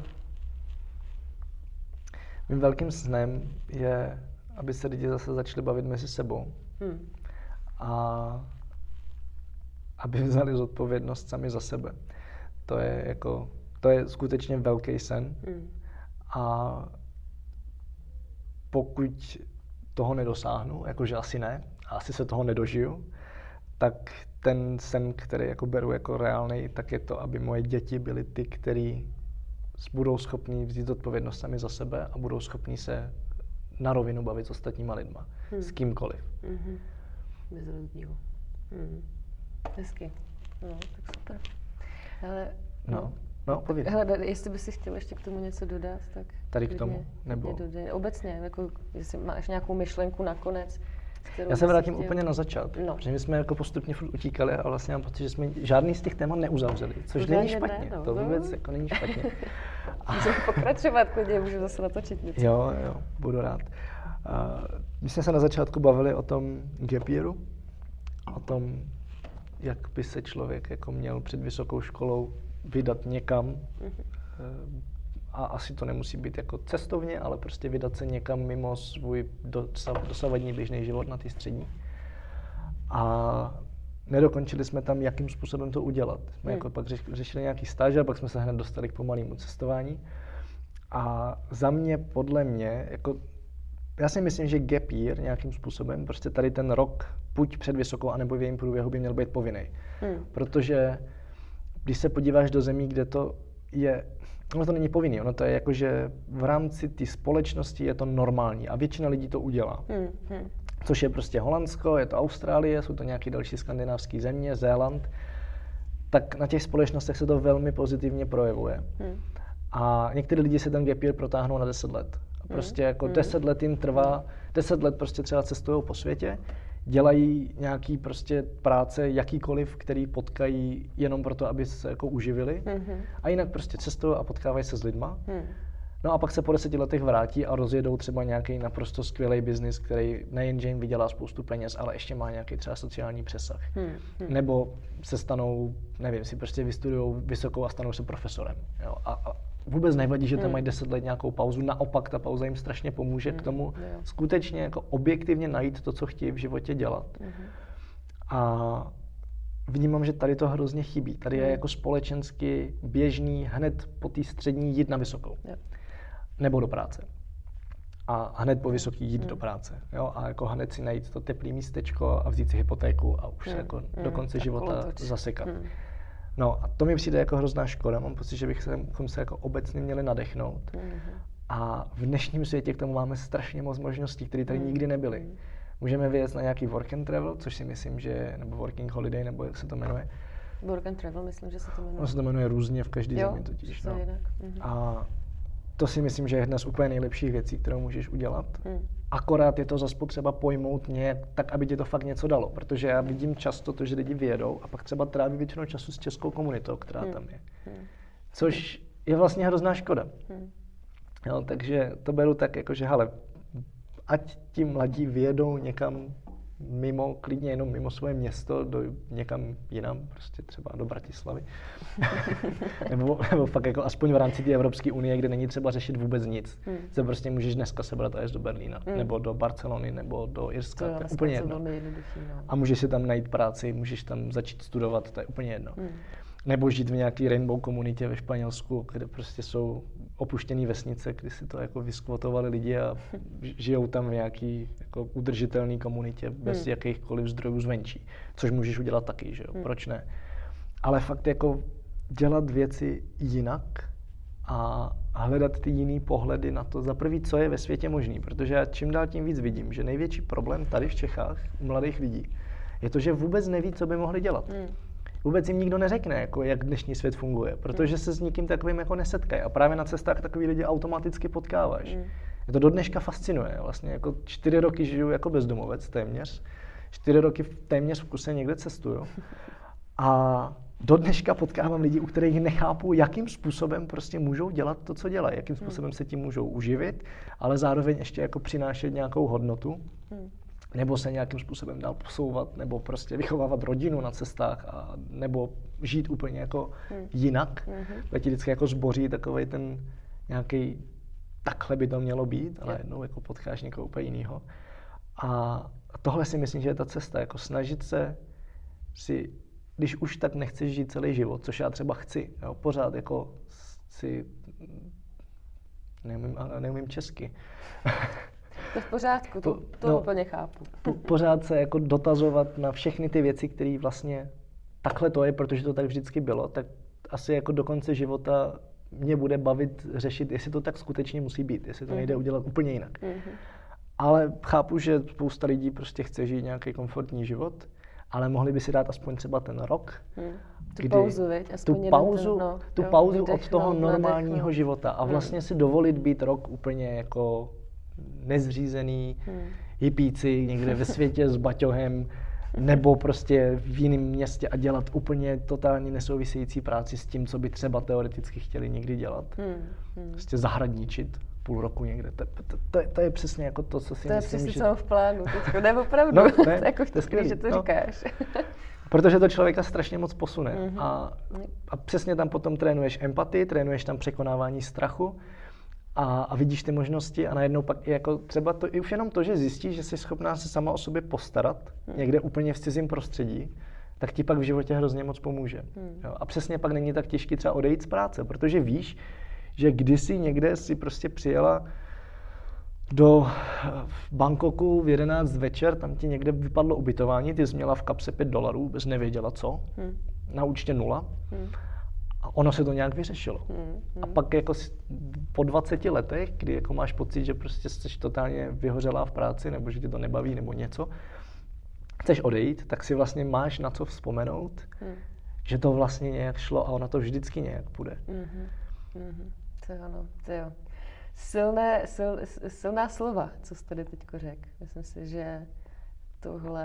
Mým velkým snem je, aby se lidi zase začali bavit mezi sebou. Hmm. A aby vzali zodpovědnost sami za sebe. To je jako, to je skutečně velký sen. Mm. A pokud toho nedosáhnu, jakože asi ne, a asi se toho nedožiju, tak ten sen, který jako beru jako reálnej, tak je to, aby moje děti byly ty, který budou schopní vzít zodpovědnost sami za sebe a budou schopní se na rovinu bavit s ostatníma lidma. Mm. S kýmkoliv. Mm-hmm. Bez rozdílu. Mm. Hezky. No, tak super. Ale, no, no, no povídej. Hele, jestli bys si chtěl ještě k tomu něco dodat, tak... Tady k tomu? Nebo? Dodej. Obecně, jako, jestli máš nějakou myšlenku nakonec, já se vrátím chtěl... úplně na začátek, no. Protože my jsme jako postupně furt utíkali a vlastně mám pocit, že jsme žádný z těch témat neuzavřeli, což to není špatně, ne, no. To vůbec jako není špatně. A... Můžeme pokračovat, klidně, můžu zase natočit něco. Jo, jo, budu rád. Uh, my jsme se na začátku bavili o tom gap yearu, o tom, jak by se člověk jako měl před vysokou školou vydat někam. Mm-hmm. A asi to nemusí být jako cestovně, ale prostě vydat se někam mimo svůj dosavadní běžný život na té střední. A nedokončili jsme tam, jakým způsobem to udělat. Jsme mm. jako pak řešili nějaký stáže a pak jsme se hned dostali k pomalému cestování. A za mě, podle mě, jako já si myslím, že gap year nějakým způsobem, prostě tady ten rok, buď před vysokou, anebo v jejím průběhu by měl být povinný. Hmm. Protože když se podíváš do zemí, kde to je, ono to není povinný, ono to je jako, že v rámci té společnosti je to normální a většina lidí to udělá. Hmm. Hmm. Což je prostě Holandsko, je to Austrálie, jsou to nějaké další skandinávské země, Zéland. Tak na těch společnostech se to velmi pozitivně projevuje. Hmm. A některé lidi se ten gap year protáhnou na deset let. Prostě jako hmm. deset let jim trvá, deset let prostě třeba cestují po světě, dělají nějaký prostě práce jakýkoliv, který potkají jenom proto, aby se jako uživili. Hmm. A jinak prostě cestují a potkávají se s lidma. Hmm. No a pak se po deseti letech vrátí a rozjedou třeba nějaký naprosto skvělý biznis, který nejenže jim vydělá spoustu peněz, ale ještě má nějaký třeba sociální přesah. Hmm. Hmm. Nebo se stanou, nevím, si prostě vystudujou vysokou a stanou se profesorem. Jo? A, a vůbec nevadí, že tam hmm. mají deset let nějakou pauzu, naopak ta pauza jim strašně pomůže hmm. k tomu yeah. skutečně jako objektivně najít to, co chtějí v životě dělat. Hmm. A vnímám, že tady to hrozně chybí. Tady hmm. je jako společensky běžný hned po té střední jít na vysokou. Yeah. Nebo do práce. A hned po vysoký jít hmm. do práce. Jo? A jako hned si najít to teplý místečko a vzít si hypotéku a už hmm. se jako hmm. do konce tak života zasekat. Hmm. No a to mi přijde jako hrozná škoda. Mám pocit, že bychom se jako obecně měli nadechnout. Mm-hmm. A v dnešním světě k tomu máme strašně moc možností, které tady mm-hmm. nikdy nebyly. Můžeme vyjet na nějaký work and travel, což si myslím, že nebo working holiday, nebo jak se to jmenuje. Work and travel, myslím, že se to jmenuje. Ono se to jmenuje různě v každé zemi totiž. No. Mm-hmm. A to si myslím, že je jedna z úplně nejlepších věcí, kterou můžeš udělat. Mm. Akorát je to zase potřeba pojmout nějak tak, aby ti to fakt něco dalo. Protože já vidím často to, že lidi vyjedou a pak třeba tráví většinou času s českou komunitou, která mm. tam je. Mm. Což je vlastně hrozná škoda. Mm. Jo, takže to beru tak, jako, že hele, ať ti mladí vyjedou někam mimo, klidně jenom mimo svoje město, do někam jinam, prostě třeba do Bratislavy. nebo, nebo fakt jako aspoň v rámci té Evropské unie, kde není třeba řešit vůbec nic. Hmm. Se prostě můžeš dneska sebrat a jít do Berlína, hmm. nebo do Barcelony, nebo do Irska, to je, to je úplně jedno. No. A můžeš si tam najít práci, můžeš tam začít studovat, to je úplně jedno. Hmm. Nebo žít v nějaký rainbow komunitě ve Španělsku, kde prostě jsou opuštěné vesnice, kdy si to jako vyskvotovali lidi a žijou tam v nějaký jako udržitelné komunitě bez hmm. jakýchkoliv zdrojů zvenčí. Což můžeš udělat taky, že jo? Hmm. Proč ne? Ale fakt jako dělat věci jinak a hledat ty jiný pohledy na to, za prvý, co je ve světě možný. Protože já čím dál tím víc vidím, že největší problém tady v Čechách u mladých lidí je to, že vůbec neví, co by mohli dělat. Hmm. Vůbec jim nikdo neřekne, jako, jak dnešní svět funguje, protože se s nikým takovým jako nesetkají. A právě na cestách takový lidi automaticky potkáváš. Mm. Je to do dneška fascinuje. Vlastně jako čtyři roky žiju jako bezdomovec téměř. Čtyři roky téměř v kuse někde cestuju. A do dneška potkávám lidi, u kterých nechápu, jakým způsobem prostě můžou dělat to, co dělají, jakým způsobem se tím můžou uživit, ale zároveň ještě jako přinášet nějakou hodnotu, hmm. nebo se nějakým způsobem dál posouvat, nebo prostě vychovávat rodinu na cestách, a, nebo žít úplně jako hmm. jinak. Hmm. To ti vždycky jako zboří takovej ten nějaký, takhle by to mělo být, ale jednou jako potkáš někoho úplně jinýho. A tohle si myslím, že je ta cesta, jako snažit se si, když už tak nechceš žít celý život, což já třeba chci, jo, pořád jako si, neumím, neumím česky. To v pořádku, to, to no, úplně chápu. Po, pořád se jako dotazovat na všechny ty věci, které vlastně takhle to je, protože to tak vždycky bylo, tak asi jako do konce života mě bude bavit řešit, jestli to tak skutečně musí být, jestli to nejde udělat úplně jinak. Mm-hmm. Ale chápu, že spousta lidí prostě chce žít nějaký komfortní život, ale mohli by si dát aspoň třeba ten rok, hmm. tu kdy, pauzu, veď? Aspoň tu pauzu, ten, no, tu jo, pauzu vydechnout, od toho normálního nadechnout. života a vlastně hmm. si dovolit být rok úplně jako nezřízený hmm. hippíci někde ve světě s baťohem, nebo prostě v jiném městě a dělat úplně totálně nesouvisející práci s tím, co by třeba teoreticky chtěli někdy dělat. Hmm. Hmm. Prostě zahradničit půl roku někde. To, to, to, to je přesně jako to, co si to myslím, že... To je přesně, co mám v plánu teďko, ne opravdu. No, ne, to je jako to je skvělý, že to no. říkáš. Protože to člověka strašně moc posune. Mm-hmm. A, Mm. a přesně tam potom trénuješ empatii, trénuješ tam překonávání strachu a, a vidíš ty možnosti a najednou pak i jako třeba to, i už jenom to, že zjistíš, že jsi schopná se sama o sobě postarat mm. někde úplně v cizím prostředí, tak ti pak v životě hrozně moc pomůže. Mm. Jo? A přesně pak není tak těžký třeba odejít z práce, protože víš, že kdysi někde si prostě přijela do Bangkoku v jedenáct večer, tam ti někde vypadlo ubytování, ty jsi měla v kapse pět dolarů, vůbec nevěděla co, hmm. na účtě nula. Hmm. A ono se to nějak vyřešilo. Hmm. Hmm. A pak jako po dvaceti letech, kdy jako máš pocit, že prostě jsi totálně vyhořelá v práci, nebo že tě to nebaví, nebo něco, chceš odejít, tak si vlastně máš na co vzpomenout, hmm. že to vlastně nějak šlo a ono to vždycky nějak půjde. Hmm. Hmm. To je ono, to jo. Silné, sil, silná slova, co jsi tady teďko řekl. Myslím si, že tohle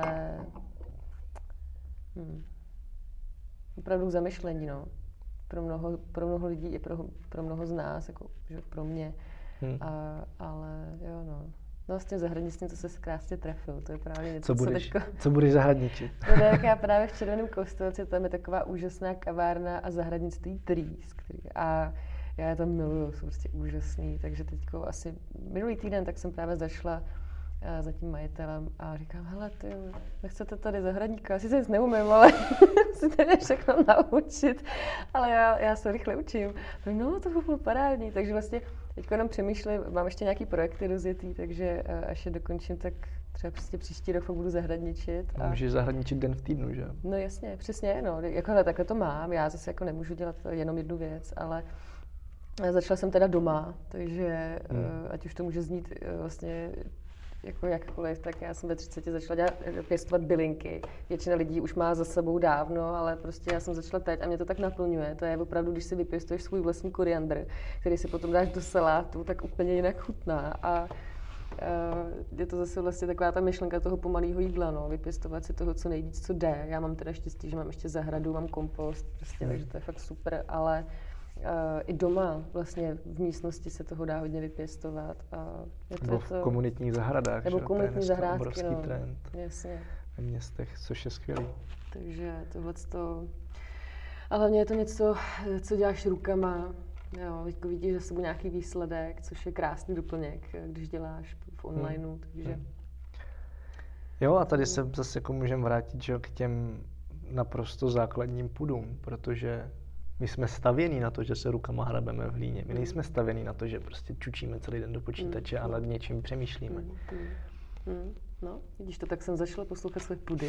hmm, opravdu zamyšlení, no. Pro mnoho, pro mnoho lidí i pro, pro mnoho z nás, jako že pro mě. Hmm. A, ale jo, no. No s tím zahradnictvím, to se krásně trefil, to je právě něco, co budeš, co teďko... Co budeš zahradničit? To je jak já právě v Červeném Kostelci, tam je taková úžasná kavárna a zahradnictví Trees, který... A já je tam miluju, jsou prostě úžasný, takže teďko asi minulý týden tak jsem právě zašla uh, za tím majitelem a říkám, hele, ty, nechcete tady zahradníka, asi se nic neumím, ale musíte mě všechno naučit, ale já, já se rychle učím. No, to bylo parádní, takže vlastně teďko jenom přemýšlím, mám ještě nějaký projekty rozjetý, takže uh, až je dokončím, tak třeba prostě příští rok budu zahradničit. A... Můžeš zahradničit den v týdnu, že? No jasně, přesně, no, jako, takhle to mám, já zase jako nemůžu dělat jenom jednu věc, ale začala jsem teda doma, takže hmm. uh, ať už to může znít uh, vlastně jako jakkoliv, tak já jsem ve třiceti začala dělat, pěstovat bylinky. Většina lidí už má za sebou dávno, ale prostě já jsem začala teď a mě to tak naplňuje. To je opravdu, když si vypěstuješ svůj vlastní koriandr, který si potom dáš do salátu, tak úplně jinak chutná. A uh, je to zase vlastně taková ta myšlenka toho pomalého jídla, no, vypěstovat si toho co nejvíc, co jde. Já mám teda štěstí, že mám ještě zahradu, mám kompost, prostě, takže to je fakt super, ale Uh, i doma vlastně v místnosti se toho dá hodně vypěstovat. Uh, je to, nebo v to... komunitních zahradách, nebo že? komunitní to je zahrádky, obrovský no. trend Jasně. ve městech, což je skvělý. Takže tohleto... A hlavně je to něco, co děláš rukama. Jo, teďko vidíš za sebou nějaký výsledek, což je krásný doplněk, když děláš v onlineu, hmm. takže... Hmm. Jo, a tady se zase jako můžeme vrátit, že, k těm naprosto základním pudům, protože my jsme stavění na to, že se rukama hrabeme v hlíně. My nejsme stavění na to, že prostě čučíme celý den do počítače mm. a nad něčím přemýšlíme. Mm. Mm. No, vidíš to, tak jsem začala poslouchat své pudy.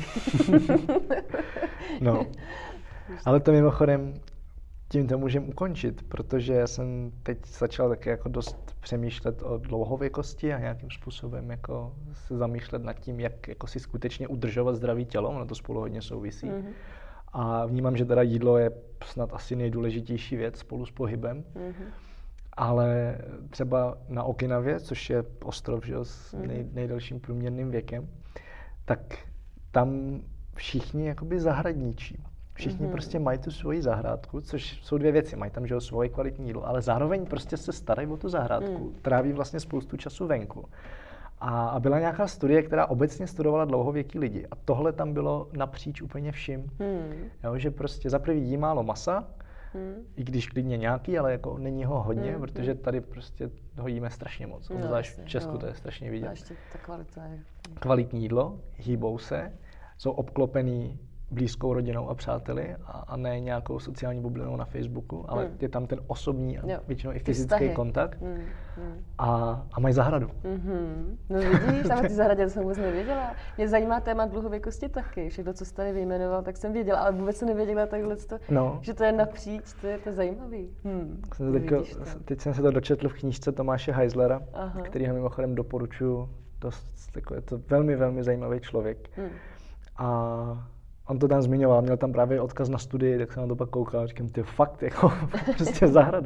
No, ale to mimochodem tím to můžeme ukončit, protože já jsem teď začal taky jako dost přemýšlet o dlouhověkosti a nějakým způsobem jako se zamýšlet nad tím, jak jako si skutečně udržovat zdravý tělo, ono to spolu hodně souvisí. Mm. A vnímám, že teda jídlo je snad asi nejdůležitější věc spolu s pohybem. Mm-hmm. Ale třeba na Okinavě, což je ostrov, že, s nej, nejdelším průměrným věkem, tak tam všichni jakoby zahradničí. Všichni mm-hmm. prostě mají tu svoji zahrádku, což jsou dvě věci. Mají tam, že jo, svoje kvalitní jídlo, ale zároveň prostě se starají o tu zahrádku. Mm. Tráví vlastně spoustu času venku. A, a byla nějaká studie, která obecně studovala dlouhověký lidi. A tohle tam bylo napříč úplně vším. Mm. Jo, že prostě za prvý jí málo masa, mm. i když klidně nějaký, ale jako není ho hodně, mm. protože tady prostě ho jíme strašně moc. No, zvlášť v Česku no. To je strašně vidět. A ještě ta kvalita je... Kvalitní jídlo, hýbou se, jsou obklopený blízkou rodinou a přáteli a, a ne nějakou sociální bublinou na Facebooku, ale hmm. je tam ten osobní a většinou i fyzický kontakt hmm. Hmm. A, a mají zahradu. Mm-hmm. No vidíš, tam ty zahradě, to jsem vůbec nevěděla. Mě zajímá téma dlouhověkosti taky. Všechno, co jsi tady vyjmenoval, tak jsem věděla, ale vůbec jsem nevěděla takhle, to, no. že to je napříč, to je, to je zajímavý. Hmm. Jsem teďko, teď jsem se to dočetl v knížce Tomáše Heislera, kterýho mimochodem doporučuji. Dost, jako je to velmi, velmi zajímavý člověk. Hmm. A on to tam zmiňoval, měl tam právě odkaz na studii, tak jsem na to pak koukal a říkám, ty fakt, jako prostě zahrada.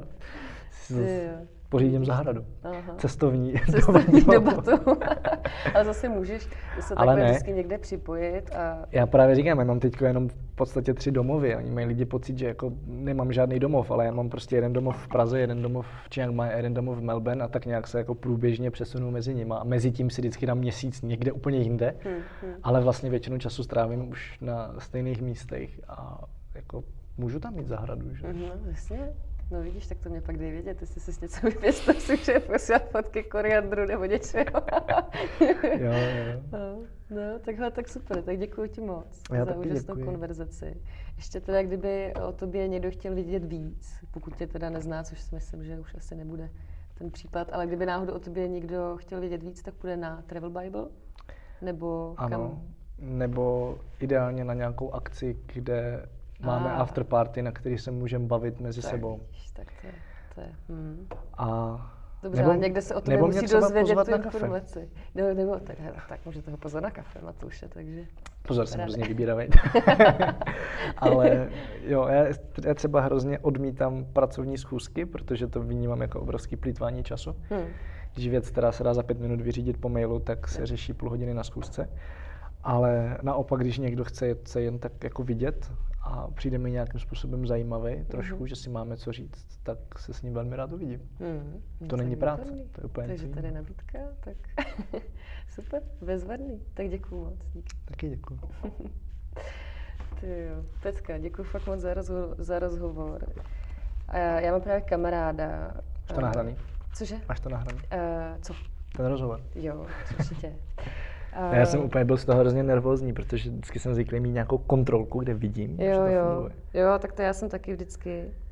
Pořídím zahradu. Aha. Cestovní, Cestovní debatu. Ale zase můžeš se takhle vždycky někde připojit. A... Já právě říkám, já mám teď jenom v podstatě tři domovy. Oni mají lidi pocit, že jako nemám žádný domov, ale já mám prostě jeden domov v Praze, jeden domov v Chiang Mai, jeden domov v Melbourne a tak nějak se jako průběžně přesunu mezi nimi. A mezi tím si vždycky dám měsíc někde úplně jinde, hmm, hmm. ale vlastně většinu času strávím už na stejných místech a jako můžu tam mít zahradu, že? No, jasně. No vidíš, tak to mě pak dej vědět, jestli jsi něco vypěstil, si že posílat fotky koriandru nebo něčeho. jo, jo. No, no, takhle tak super, tak děkuji ti moc Já za úžasnou děkuji. konverzaci. Ještě teda, kdyby o tobě někdo chtěl vidět víc, pokud tě teda nezná, což si myslím, že už asi nebude ten případ, ale kdyby náhodou o tobě někdo chtěl vidět víc, tak půjde na Travel Bible? Nebo ano, kam? Nebo ideálně na nějakou akci, kde máme ah. afterparty, na který se můžeme bavit mezi tak, sebou. Tak to je... To je hmm. A dobře, nebo, ale někde se o tobě musí dozvědět tu informaci. Nebo, nebo tak, tak můžete ho pozvat na kafe, Matouše, takže... Pozor, jsem hrozně vybíravej. Ale jo, já, já třeba hrozně odmítám pracovní schůzky, protože to vnímám jako obrovský plýtvání času. Hmm. Když věc, která se dá za pět minut vyřídit po mailu, tak se řeší půl hodiny na schůzce. Ale naopak, když někdo chce se jen tak jako vidět a přijde mi nějakým způsobem zajímavý trošku, mm-hmm. že si máme co říct, tak se s ním velmi rád uvidím. Mm, to není práce, to je úplně Takže tady nabídka, tak super, bezvadný. Tak děkuju moc. Díky. Taky děkuju. Ty jo, Pecka, děkuju fakt moc za, rozho- za rozhovor. A já, já mám právě kamaráda. Máš to nahraný? Cože? Máš to nahraný? Uh, co? Ten rozhovor. Jo, určitě. Uh, já jsem úplně byl z toho hrozně nervózní, protože vždycky jsem zvyklý mít nějakou kontrolku, kde vidím, jo, že to jo. funguje. Jo, tak to já jsem taky vždycky.